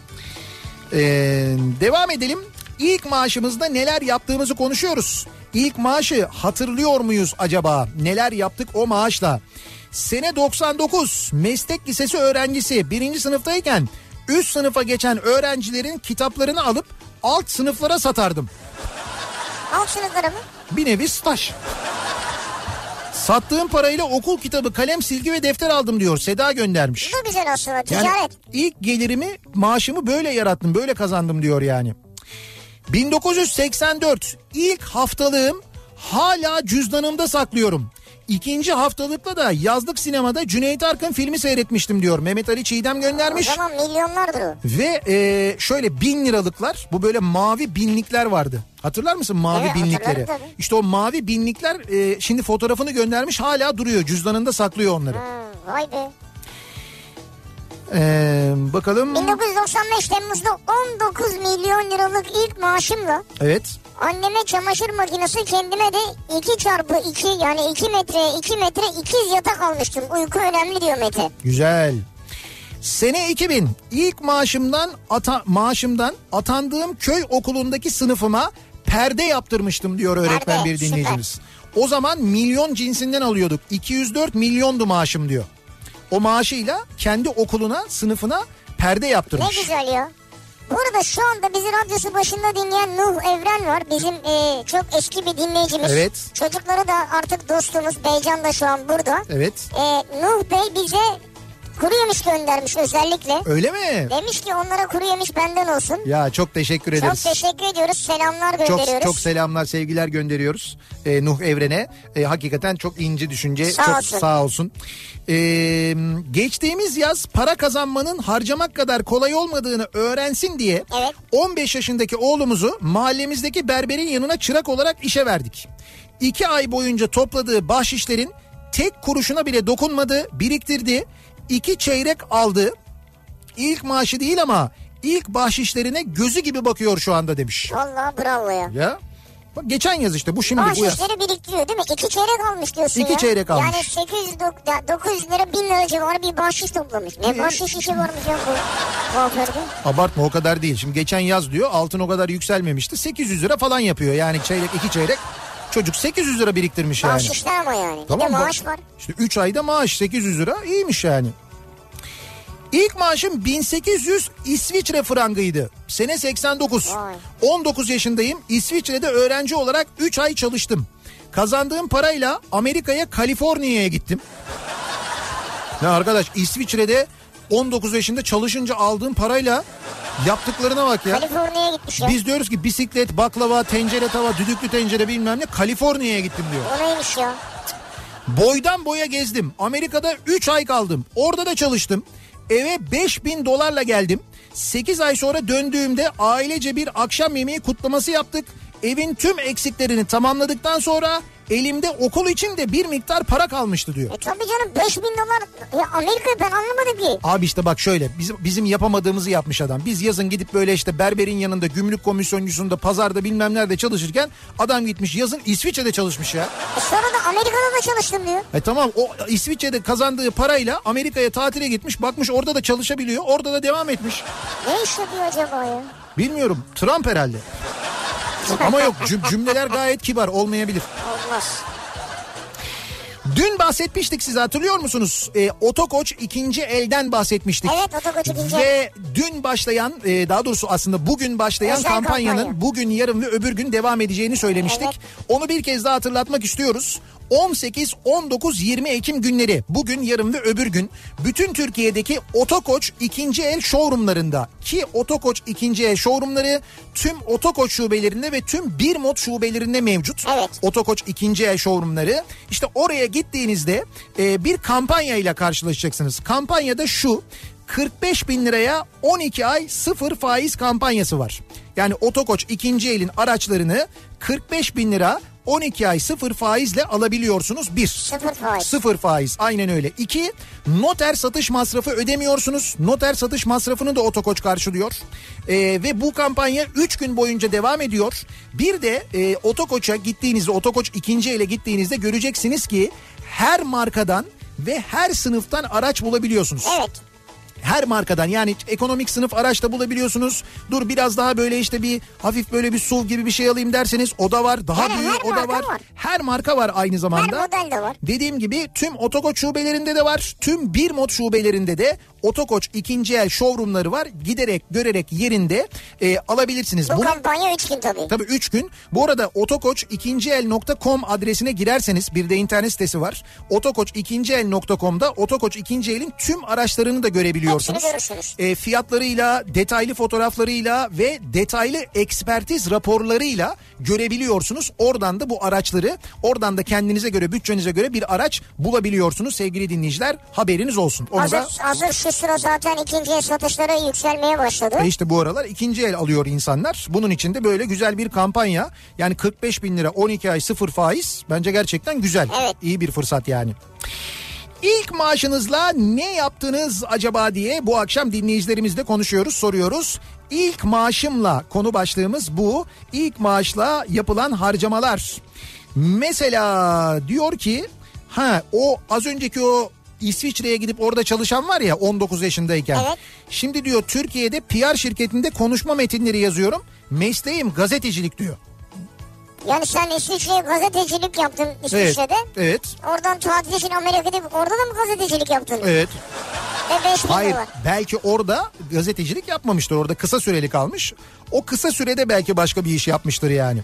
Devam edelim. İlk maaşımızda neler yaptığımızı konuşuyoruz. İlk maaşı hatırlıyor muyuz acaba? Neler yaptık o maaşla? Sene 99 meslek lisesi öğrencisi 1. sınıftayken üst sınıfa geçen öğrencilerin kitaplarını alıp alt sınıflara satardım. Alt sınıflara mı? Bir nevi staj. Sattığım parayla okul kitabı, kalem, silgi ve defter aldım diyor. Seda göndermiş. Bu da güzel aslında, ticaret. Yani ilk gelirimi, maaşımı böyle yarattım, böyle kazandım diyor yani. 1984 ilk haftalığım hala cüzdanımda saklıyorum. İkinci haftalıkta da yazlık sinemada Cüneyt Arkın filmi seyretmiştim diyor. Mehmet Ali Çiğdem göndermiş. O zaman milyonlardır o. Ve şöyle 1000 liralıklar, bu böyle mavi binlikler vardı. Hatırlar mısın mavi evet, binlikleri? İşte o mavi binlikler şimdi fotoğrafını göndermiş, hala duruyor, cüzdanında saklıyor onları. Vay be. Bakalım. 1995 Temmuz'da 19 milyon liralık ilk maaşımla Evet. anneme çamaşır makinesi, kendime de 2x2 yani 2 metre ikiz yatak almıştım. Uyku önemli diyor Mete. Güzel. Sene 2000 ilk maaşımdan atandığım köy okulundaki sınıfıma perde yaptırmıştım diyor öğretmen bir dinleyicimiz. Süper. O zaman milyon cinsinden alıyorduk. 204 milyondu maaşım diyor. O maaşıyla kendi okuluna, sınıfına perde yaptırmış. Ne güzel ya. Burada şu anda bizi radyosu başında dinleyen Nuh Evren var. Bizim çok eski bir dinleyicimiz. Evet. Çocukları da artık dostumuz. Beycan da şu an burada. Evet. Nuh Bey bize kuru yemiş göndermiş özellikle. Öyle mi? Demiş ki onlara kuru yemiş benden olsun. Ya çok teşekkür ederiz. Çok teşekkür ediyoruz. Selamlar gönderiyoruz. Çok selamlar, sevgiler gönderiyoruz Nuh Evren'e. Hakikaten çok ince düşünce. Sağ olsun. Geçtiğimiz yaz para kazanmanın harcamak kadar kolay olmadığını öğrensin diye 15 yaşındaki oğlumuzu mahallemizdeki berberin yanına çırak olarak işe verdik. 2 ay boyunca topladığı bahşişlerin tek kuruşuna bile dokunmadı, biriktirdi. 2 çeyrek aldı. İlk maaşı değil ama ilk bahşişlerine gözü gibi bakıyor şu anda demiş. Vallahi bravo ya. Ya. Bak geçen yaz işte bu şimdi bu yaz. Bahşişleri biriktiriyor değil mi? 2 çeyrek almış diyorsun 2 çeyrek almış. Yani 900 lira 1000 lira civarı bir bahşiş toplamış. Ne bahşiş işi varmış ya bu kuaförde. Abartma, o kadar değil. Şimdi geçen yaz diyor, altın o kadar yükselmemişti. 800 lira falan yapıyor yani çeyrek 2 çeyrek. Çocuk 800 lira biriktirmiş yani. Bahşişler ama yani. Tamam, bir de maaş var. İşte 3 ayda maaş 800 lira iyiymiş yani. İlk maaşım 1800 İsviçre frangıydı. Sene 89. Vay. 19 yaşındayım. İsviçre'de öğrenci olarak 3 ay çalıştım. Kazandığım parayla Amerika'ya, Kaliforniya'ya gittim. Ne arkadaş, İsviçre'de 19 yaşında çalışınca aldığım parayla yaptıklarına bak ya. Kaliforniya'ya gitmiş ya. Biz diyoruz ki bisiklet, baklava, tencere tava, düdüklü tencere bilmem ne, Kaliforniya'ya gittim diyor. O neymiş ya? Boydan boya gezdim. Amerika'da 3 ay kaldım. Orada da çalıştım. Eve $5.000 geldim. 8 ay sonra döndüğümde ailece bir akşam yemeği kutlaması yaptık. Evin tüm eksiklerini tamamladıktan sonra elimde okul için de bir miktar para kalmıştı diyor. Tabii canım, $5.000 ya Amerika'yı ben anlamadım ki. Abi işte bak şöyle, bizim yapamadığımızı yapmış adam. Biz yazın gidip böyle işte berberin yanında, gümrük komisyoncusunda, pazarda bilmem nerede çalışırken adam gitmiş yazın İsviçre'de çalışmış ya. Sonra da Amerika'da da çalıştım diyor. Tamam, o İsviçre'de kazandığı parayla Amerika'ya tatile gitmiş, bakmış orada da çalışabiliyor, orada da devam etmiş. Ne iş yapıyor acaba ya? Bilmiyorum, Trump herhalde. Ama yok, cümleler gayet kibar, olmayabilir. Olmaz. Dün bahsetmiştik, size hatırlıyor musunuz? Otokoç ikinci elden bahsetmiştik. Evet, Otokoç ikinci el. Ve dün başlayan, daha doğrusu aslında bugün başlayan Özel kampanyanın kampanya. bugün, yarın ve öbür gün devam edeceğini söylemiştik. Evet. Onu bir kez daha hatırlatmak istiyoruz. 18, 19, 20 Ekim günleri, bugün, yarın ve öbür gün bütün Türkiye'deki Otokoç ikinci el showroomlarında, ki Otokoç ikinci el showroomları tüm Otokoç şubelerinde ve tüm Birmot şubelerinde mevcut. Evet. Otokoç ikinci el showroomları. İşte oraya gittiğinizde bir kampanya ile karşılaşacaksınız. Kampanyada şu: 45 bin liraya 12 ay sıfır faiz kampanyası var. Yani Otokoç ikinci elin araçlarını 45 bin lira 12 ay sıfır faizle alabiliyorsunuz. 1. Sıfır faiz. Sıfır faiz, aynen öyle. 2. Noter satış masrafı ödemiyorsunuz. Noter satış masrafını da Otokoç karşılıyor. Ve bu kampanya 3 gün boyunca devam ediyor. Bir de Otokoç'a gittiğinizde, Otokoç ikinci ele gittiğinizde göreceksiniz ki her markadan ve her sınıftan araç bulabiliyorsunuz. Evet. Her markadan, yani ekonomik sınıf araç da bulabiliyorsunuz. Dur biraz daha böyle işte bir hafif böyle bir SUV gibi bir şey alayım derseniz o da var. Daha Yani büyüğü her o da marka var. var. Her marka var aynı zamanda. Her model de var. Dediğim gibi tüm Otokoç şubelerinde de var. Tüm Birmot şubelerinde de Otokoç ikinci el showroomları var. Giderek, görerek yerinde alabilirsiniz. Bu kampanya 3 gün tabii. Tabii 3 gün. Bu arada otokoçikinciel.com adresine girerseniz, bir de internet sitesi var. otokoçikinciel.com'da Otokoç ikinci elin tüm araçlarını da görebiliyorsunuz. Hepsini görürsünüz. Fiyatlarıyla, detaylı fotoğraflarıyla ve detaylı ekspertiz raporlarıyla görebiliyorsunuz. Oradan da bu araçları, oradan da kendinize göre, bütçenize göre bir araç bulabiliyorsunuz sevgili dinleyiciler. Haberiniz olsun. Onu Hazır şu sıra zaten ikinci el satışları yükselmeye başladı. İşte bu aralar ikinci el alıyor insanlar. Bunun için de böyle güzel bir kampanya. Yani 45 bin lira 12 ay sıfır faiz, bence gerçekten güzel. Evet. İyi bir fırsat yani. İlk maaşınızla ne yaptınız acaba diye bu akşam dinleyicilerimizle konuşuyoruz, soruyoruz. İlk maaşımla, konu başlığımız bu. İlk maaşla yapılan harcamalar. Mesela diyor ki, o az önceki o İsviçre'ye gidip orada çalışan var ya 19 yaşındayken. Evet. Şimdi diyor Türkiye'de PR şirketinde konuşma metinleri yazıyorum. Mesleğim gazetecilik diyor. Yani sen İsviçre'ye gazetecilik yaptın İsviçre'de. Evet. Oradan tatil için Amerika'ya gidip orada da mı gazetecilik yaptın? Evet. Ve 5 bin Hayır, dolar. belki orada gazetecilik yapmamıştır. Orada kısa süreli kalmış. O kısa sürede belki başka bir iş yapmıştır yani.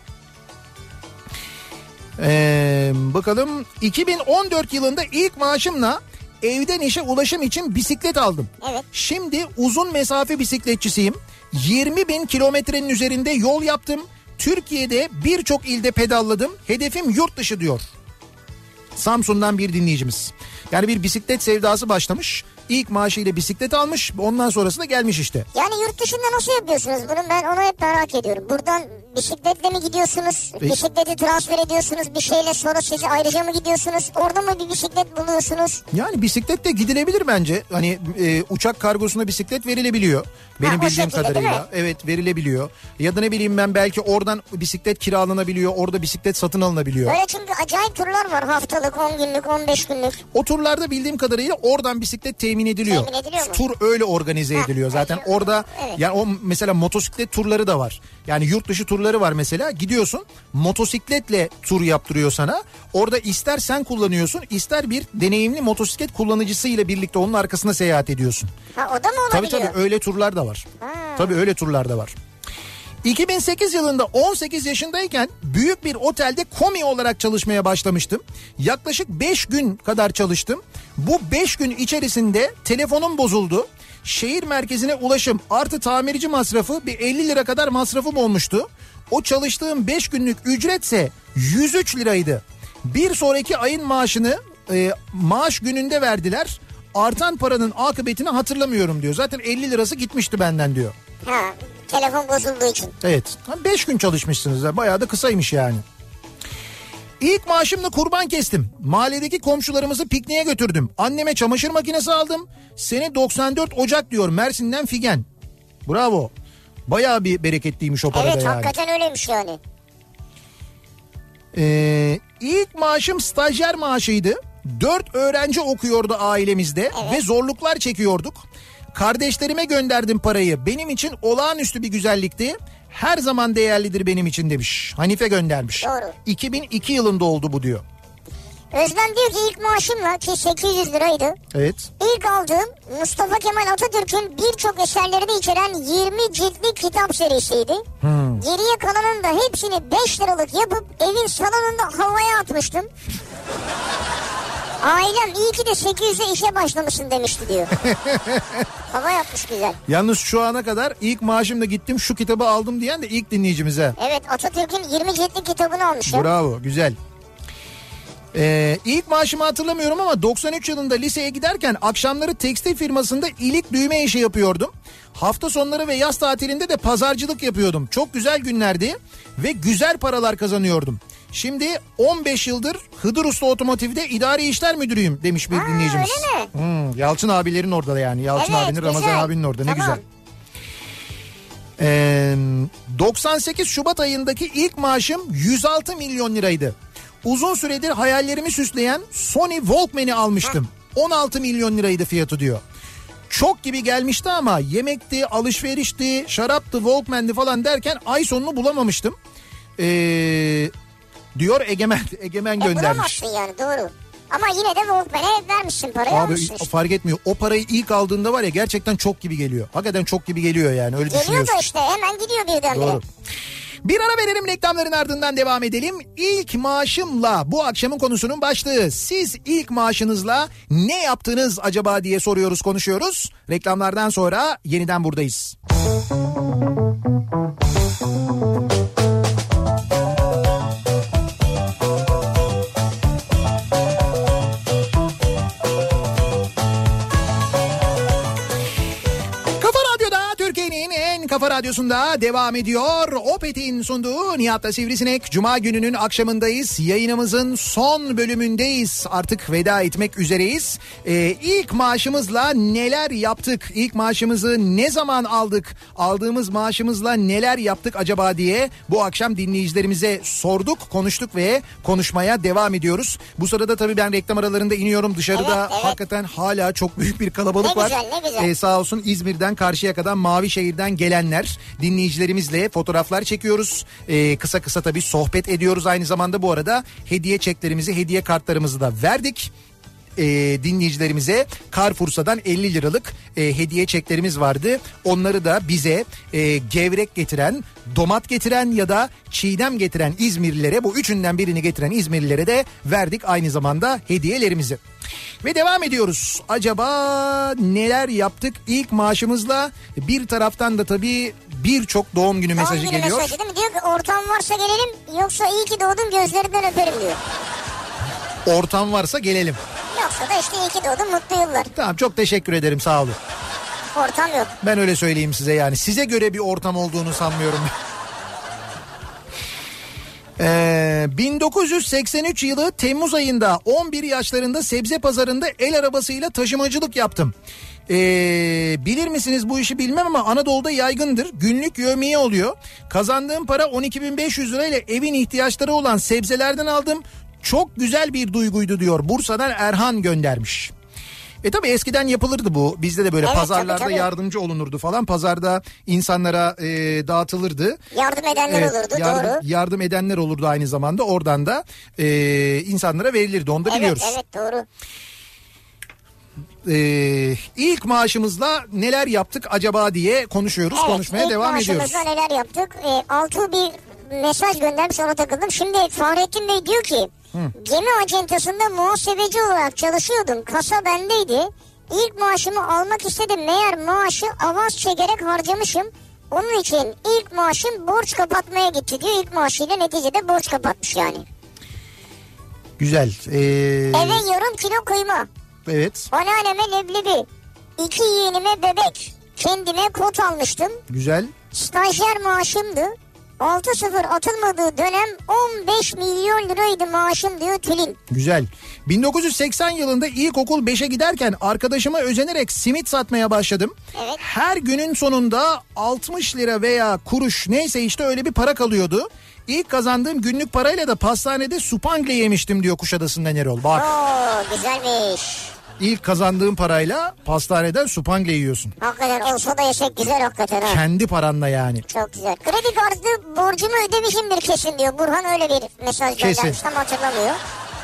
Bakalım, 2014 yılında ilk maaşımla evden işe ulaşım için bisiklet aldım. Evet. Şimdi uzun mesafe bisikletçisiyim. 20 bin kilometrenin üzerinde yol yaptım. Türkiye'de birçok ilde pedalladım. Hedefim yurt dışı diyor. Samsun'dan bir dinleyicimiz. Yani bir bisiklet sevdası başlamış. İlk maaşıyla bisiklet almış. Ondan sonrası da gelmiş işte. Yani yurt dışında nasıl yapıyorsunuz bunu? Ben onu hep merak ediyorum. Buradan bisikletle mi gidiyorsunuz? Bisikleti transfer ediyorsunuz bir şeyle, sonra siz ayrıca mı gidiyorsunuz? Orada mı bir bisiklet buluyorsunuz? Yani bisikletle gidilebilir bence. Hani uçak kargosuna bisiklet verilebiliyor. Benim o bildiğim şekilde, değil mi? kadarıyla. Evet, verilebiliyor. Ya da ne bileyim ben, belki oradan bisiklet kiralanabiliyor. Orada bisiklet satın alınabiliyor. Böyle çünkü acayip turlar var. Haftalık, 10 günlük, 15 günlük. O turlarda bildiğim kadarıyla oradan bisiklet temin ediliyor. Temin ediliyor mu? Tur öyle organize ediliyor zaten. evet. Orada Evet. yani o mesela motosiklet turları da var. Yani yurt dışı turları var mesela. Gidiyorsun, motosikletle tur yaptırıyor sana. Orada ister sen kullanıyorsun, ister bir deneyimli motosiklet kullanıcısıyla birlikte onun arkasına seyahat ediyorsun. Ha, o da mı olabiliyor? Tabii öyle turlar da var. Ha. Tabii öyle turlar da var. 2008 yılında 18 yaşındayken büyük bir otelde komi olarak çalışmaya başlamıştım. Yaklaşık 5 gün kadar çalıştım. Bu 5 gün içerisinde telefonum bozuldu. Şehir merkezine ulaşım artı tamirci masrafı bir 50 lira kadar masrafım olmuştu. O çalıştığım 5 günlük ücretse 103 liraydı. Bir sonraki ayın maaşını maaş gününde verdiler. Artan paranın akıbetini hatırlamıyorum diyor. Zaten 50 lirası gitmişti benden diyor. Ha, telefon bozulduğu için. Evet. 5 gün çalışmışsınız. Bayağı da kısaymış yani. İlk maaşımla kurban kestim. Mahalledeki komşularımızı pikniğe götürdüm. Anneme çamaşır makinesi aldım. Sene 94 Ocak diyor Mersin'den Figen. Bravo. Bayağı bir bereketliymiş o parada Evet, yani. hakikaten öyleymiş yani. İlk maaşım stajyer maaşıydı. 4 öğrenci okuyordu ailemizde Evet. ve zorluklar çekiyorduk. Kardeşlerime gönderdim parayı. Benim için olağanüstü bir güzellikti. Her zaman değerlidir benim için demiş. Hanife göndermiş. Doğru. 2002 yılında oldu bu diyor. Özlem diyor ki ilk maaşımla, ki 800 liraydı. Evet. İlk aldığım Mustafa Kemal Atatürk'ün birçok eserlerini içeren 20 ciltli kitap serisiydi. Geriye kalanın da hepsini 5 liralık yapıp evin salonunda havaya atmıştım. Ailem iyi ki de 800'e işe başlamışsın demişti diyor. Hava yapmış güzel. Yalnız şu ana kadar ilk maaşımla gittim şu kitabı aldım diyen de ilk dinleyicimize. Evet, Atatürk'ün 20 ciltli kitabını almış ya. Bravo, güzel. İlk maaşımı hatırlamıyorum ama 93 yılında liseye giderken akşamları tekstil firmasında ilik düğme işi yapıyordum. Hafta sonları ve yaz tatilinde de pazarcılık yapıyordum. Çok güzel günlerdi ve güzel paralar kazanıyordum. Şimdi 15 yıldır Hıdır Usta Otomotiv'de idari işler müdürüyüm demiş bir dinleyicimiz. Öyle mi? Yalçın abilerin orada yani. Yalçın Evet, abinin, güzel. Ramazan abinin orada, ne Tamam. güzel. 98 Şubat ayındaki ilk maaşım 106 milyon liraydı. Uzun süredir hayallerimi süsleyen Sony Walkman'i almıştım. 16 milyon liraydı fiyatı diyor. Çok gibi gelmişti ama yemekti, alışverişti, şaraptı, Walkman'di falan derken ay sonunu bulamamıştım. Diyor Egemen göndermiş. Bulamazsın yani, doğru. Ama yine de Walkman'e vermişsin parayı, Abi almışsın işte. fark etmiyor. O parayı ilk aldığında var ya, gerçekten çok gibi geliyor. Hakikaten çok gibi geliyor yani, öyle Geliyor düşünüyorsun. da işte hemen gidiyor birdenbire. Doğru. Bir ara verelim, reklamların ardından devam edelim. İlk maaşımla bu akşamın konusunun başlığı. Siz ilk maaşınızla ne yaptınız acaba diye soruyoruz, konuşuyoruz. Reklamlardan sonra yeniden buradayız. Kafa Radyosu'nda devam ediyor. Opet'in sunduğu Nihat'la Sivrisinek. Cuma gününün akşamındayız. Yayınımızın son bölümündeyiz. Artık veda etmek üzereyiz. İlk maaşımızla neler yaptık? İlk maaşımızı ne zaman aldık? Aldığımız maaşımızla neler yaptık acaba diye bu akşam dinleyicilerimize sorduk, konuştuk ve konuşmaya devam ediyoruz. Bu sırada tabii ben reklam aralarında iniyorum. Dışarıda evet. Hakikaten hala çok büyük bir kalabalık var. Ne güzel. Sağ olsun İzmir'den Karşıyaka'dan, Mavişehir'den gelenler, dinleyicilerimizle fotoğraflar çekiyoruz. Kısa kısa tabii sohbet ediyoruz. Aynı zamanda bu arada hediye çeklerimizi, hediye kartlarımızı da verdik. Dinleyicilerimize Carrefour'dan 50 liralık hediye çeklerimiz vardı. Onları da bize gevrek getiren, domat getiren ya da çiğdem getiren İzmirlilere, bu üçünden birini getiren İzmirlilere de verdik aynı zamanda hediyelerimizi. Ve devam ediyoruz. Acaba neler yaptık ilk maaşımızla? Bir taraftan da tabii birçok doğum günü mesajı geliyor. Doğum günü mesajı değil mi? Diyor ki ortam varsa gelelim, yoksa iyi ki doğdun gözlerinden öperim diyor. Ortam varsa gelelim. Yoksa da işte iyi ki doğdun, mutlu yıllar. Tamam, çok teşekkür ederim, sağ olun. Ortam yok. Ben öyle söyleyeyim size yani. Size göre bir ortam olduğunu sanmıyorum. 1983 yılı Temmuz ayında 11 yaşlarında sebze pazarında el arabasıyla taşımacılık yaptım. Bilir misiniz bu işi bilmem ama Anadolu'da yaygındır. Günlük yevmiye oluyor. Kazandığım para 12.500 lirayla evin ihtiyaçları olan sebzelerden aldım. Çok güzel bir duyguydu diyor. Bursa'dan Erhan göndermiş. Tabii eskiden yapılırdı bu. Bizde de böyle evet, pazarlarda tabii. Yardımcı olunurdu falan. Pazarda insanlara dağıtılırdı. Yardım edenler olurdu, doğru. Yardım edenler olurdu aynı zamanda. Oradan da insanlara verilirdi. Onu da biliyoruz. Evet, doğru. İlk maaşımızla neler yaptık acaba diye konuşuyoruz. Evet, konuşmaya devam ediyoruz. İlk maaşımızla neler yaptık? Altı bir mesaj göndermiş, ona takıldım. Şimdi Fahrettin Bey diyor ki gemi acentasında muhasebeci olarak çalışıyordum. Kasa bendeydi. İlk maaşımı almak istedim. Meğer maaşı avans çekerek harcamışım. Onun için ilk maaşım borç kapatmaya gitti diyor. İlk maaşıyla neticede borç kapatmış yani. Güzel. Eve yarım kilo kıyma. Evet. Anneanneme leblebi. 2 yeğenime bebek. Kendime kot almıştım. Güzel. Stajyer maaşımdı. 6-0 atılmadığı dönem 15 milyon liraydı maaşım diyor Tülin. Güzel. 1980 yılında ilkokul 5'e giderken arkadaşıma özenerek simit satmaya başladım. Evet. Her günün sonunda 60 lira veya kuruş neyse işte öyle bir para kalıyordu. İlk kazandığım günlük parayla da pastanede supangle yemiştim diyor Kuşadası'ndan Erol. Bak. Oo, güzelmiş. İlk kazandığım parayla pastaneden supangle yiyorsun. Hakikaten olsa da yesek güzel hakikaten ha. Kendi paranla yani. Çok güzel. Kredi kartı borcumu ödemişimdir kesin diyor. Burhan öyle bir mesaj göndermiş, tam hatırlamıyor.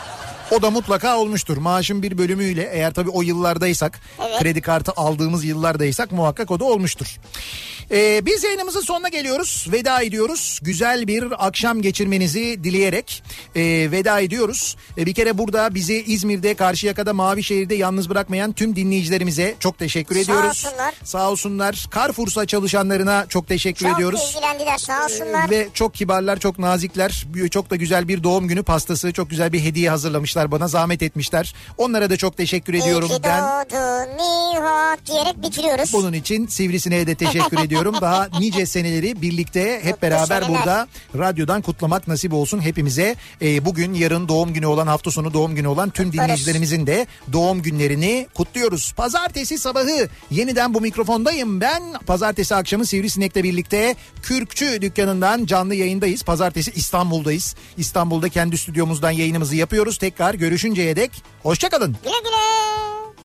O da mutlaka olmuştur. Maaşın bir bölümüyle, eğer tabii o yıllardaysak, Evet. kredi kartı aldığımız yıllardaysak muhakkak o da olmuştur. Biz yayınımızın sonuna geliyoruz. Veda ediyoruz. Güzel bir akşam geçirmenizi dileyerek veda ediyoruz. Bir kere burada bizi İzmir'de, Karşıyaka'da, Mavişehir'de yalnız bırakmayan tüm dinleyicilerimize çok teşekkür ediyoruz. Sağ olsunlar. Sağ olsunlar. Carrefour'sa çalışanlarına çok teşekkür ediyoruz. Çok ilgilendiler, sağ olsunlar. Ve çok kibarlar, çok nazikler. Çok da güzel bir doğum günü pastası, çok güzel bir hediye hazırlamışlar bana, zahmet etmişler. Onlara da çok teşekkür ediyorum. İyi ki doğdun Nihat diyerek bitiriyoruz. Bunun için Sivrisine'ye de teşekkür ediyorum. Daha nice seneleri birlikte hep beraber seneler. burada radyodan kutlamak nasip olsun hepimize. Bugün, yarın doğum günü olan, hafta sonu doğum günü olan tüm dinleyicilerimizin de doğum günlerini kutluyoruz. Pazartesi sabahı yeniden bu mikrofondayım ben. Pazartesi akşamı Sivrisinek'le birlikte Kürkçü dükkanından canlı yayındayız. Pazartesi İstanbul'dayız. İstanbul'da kendi stüdyomuzdan yayınımızı yapıyoruz. Tekrar görüşünceye dek hoşça kalın. Güle güle.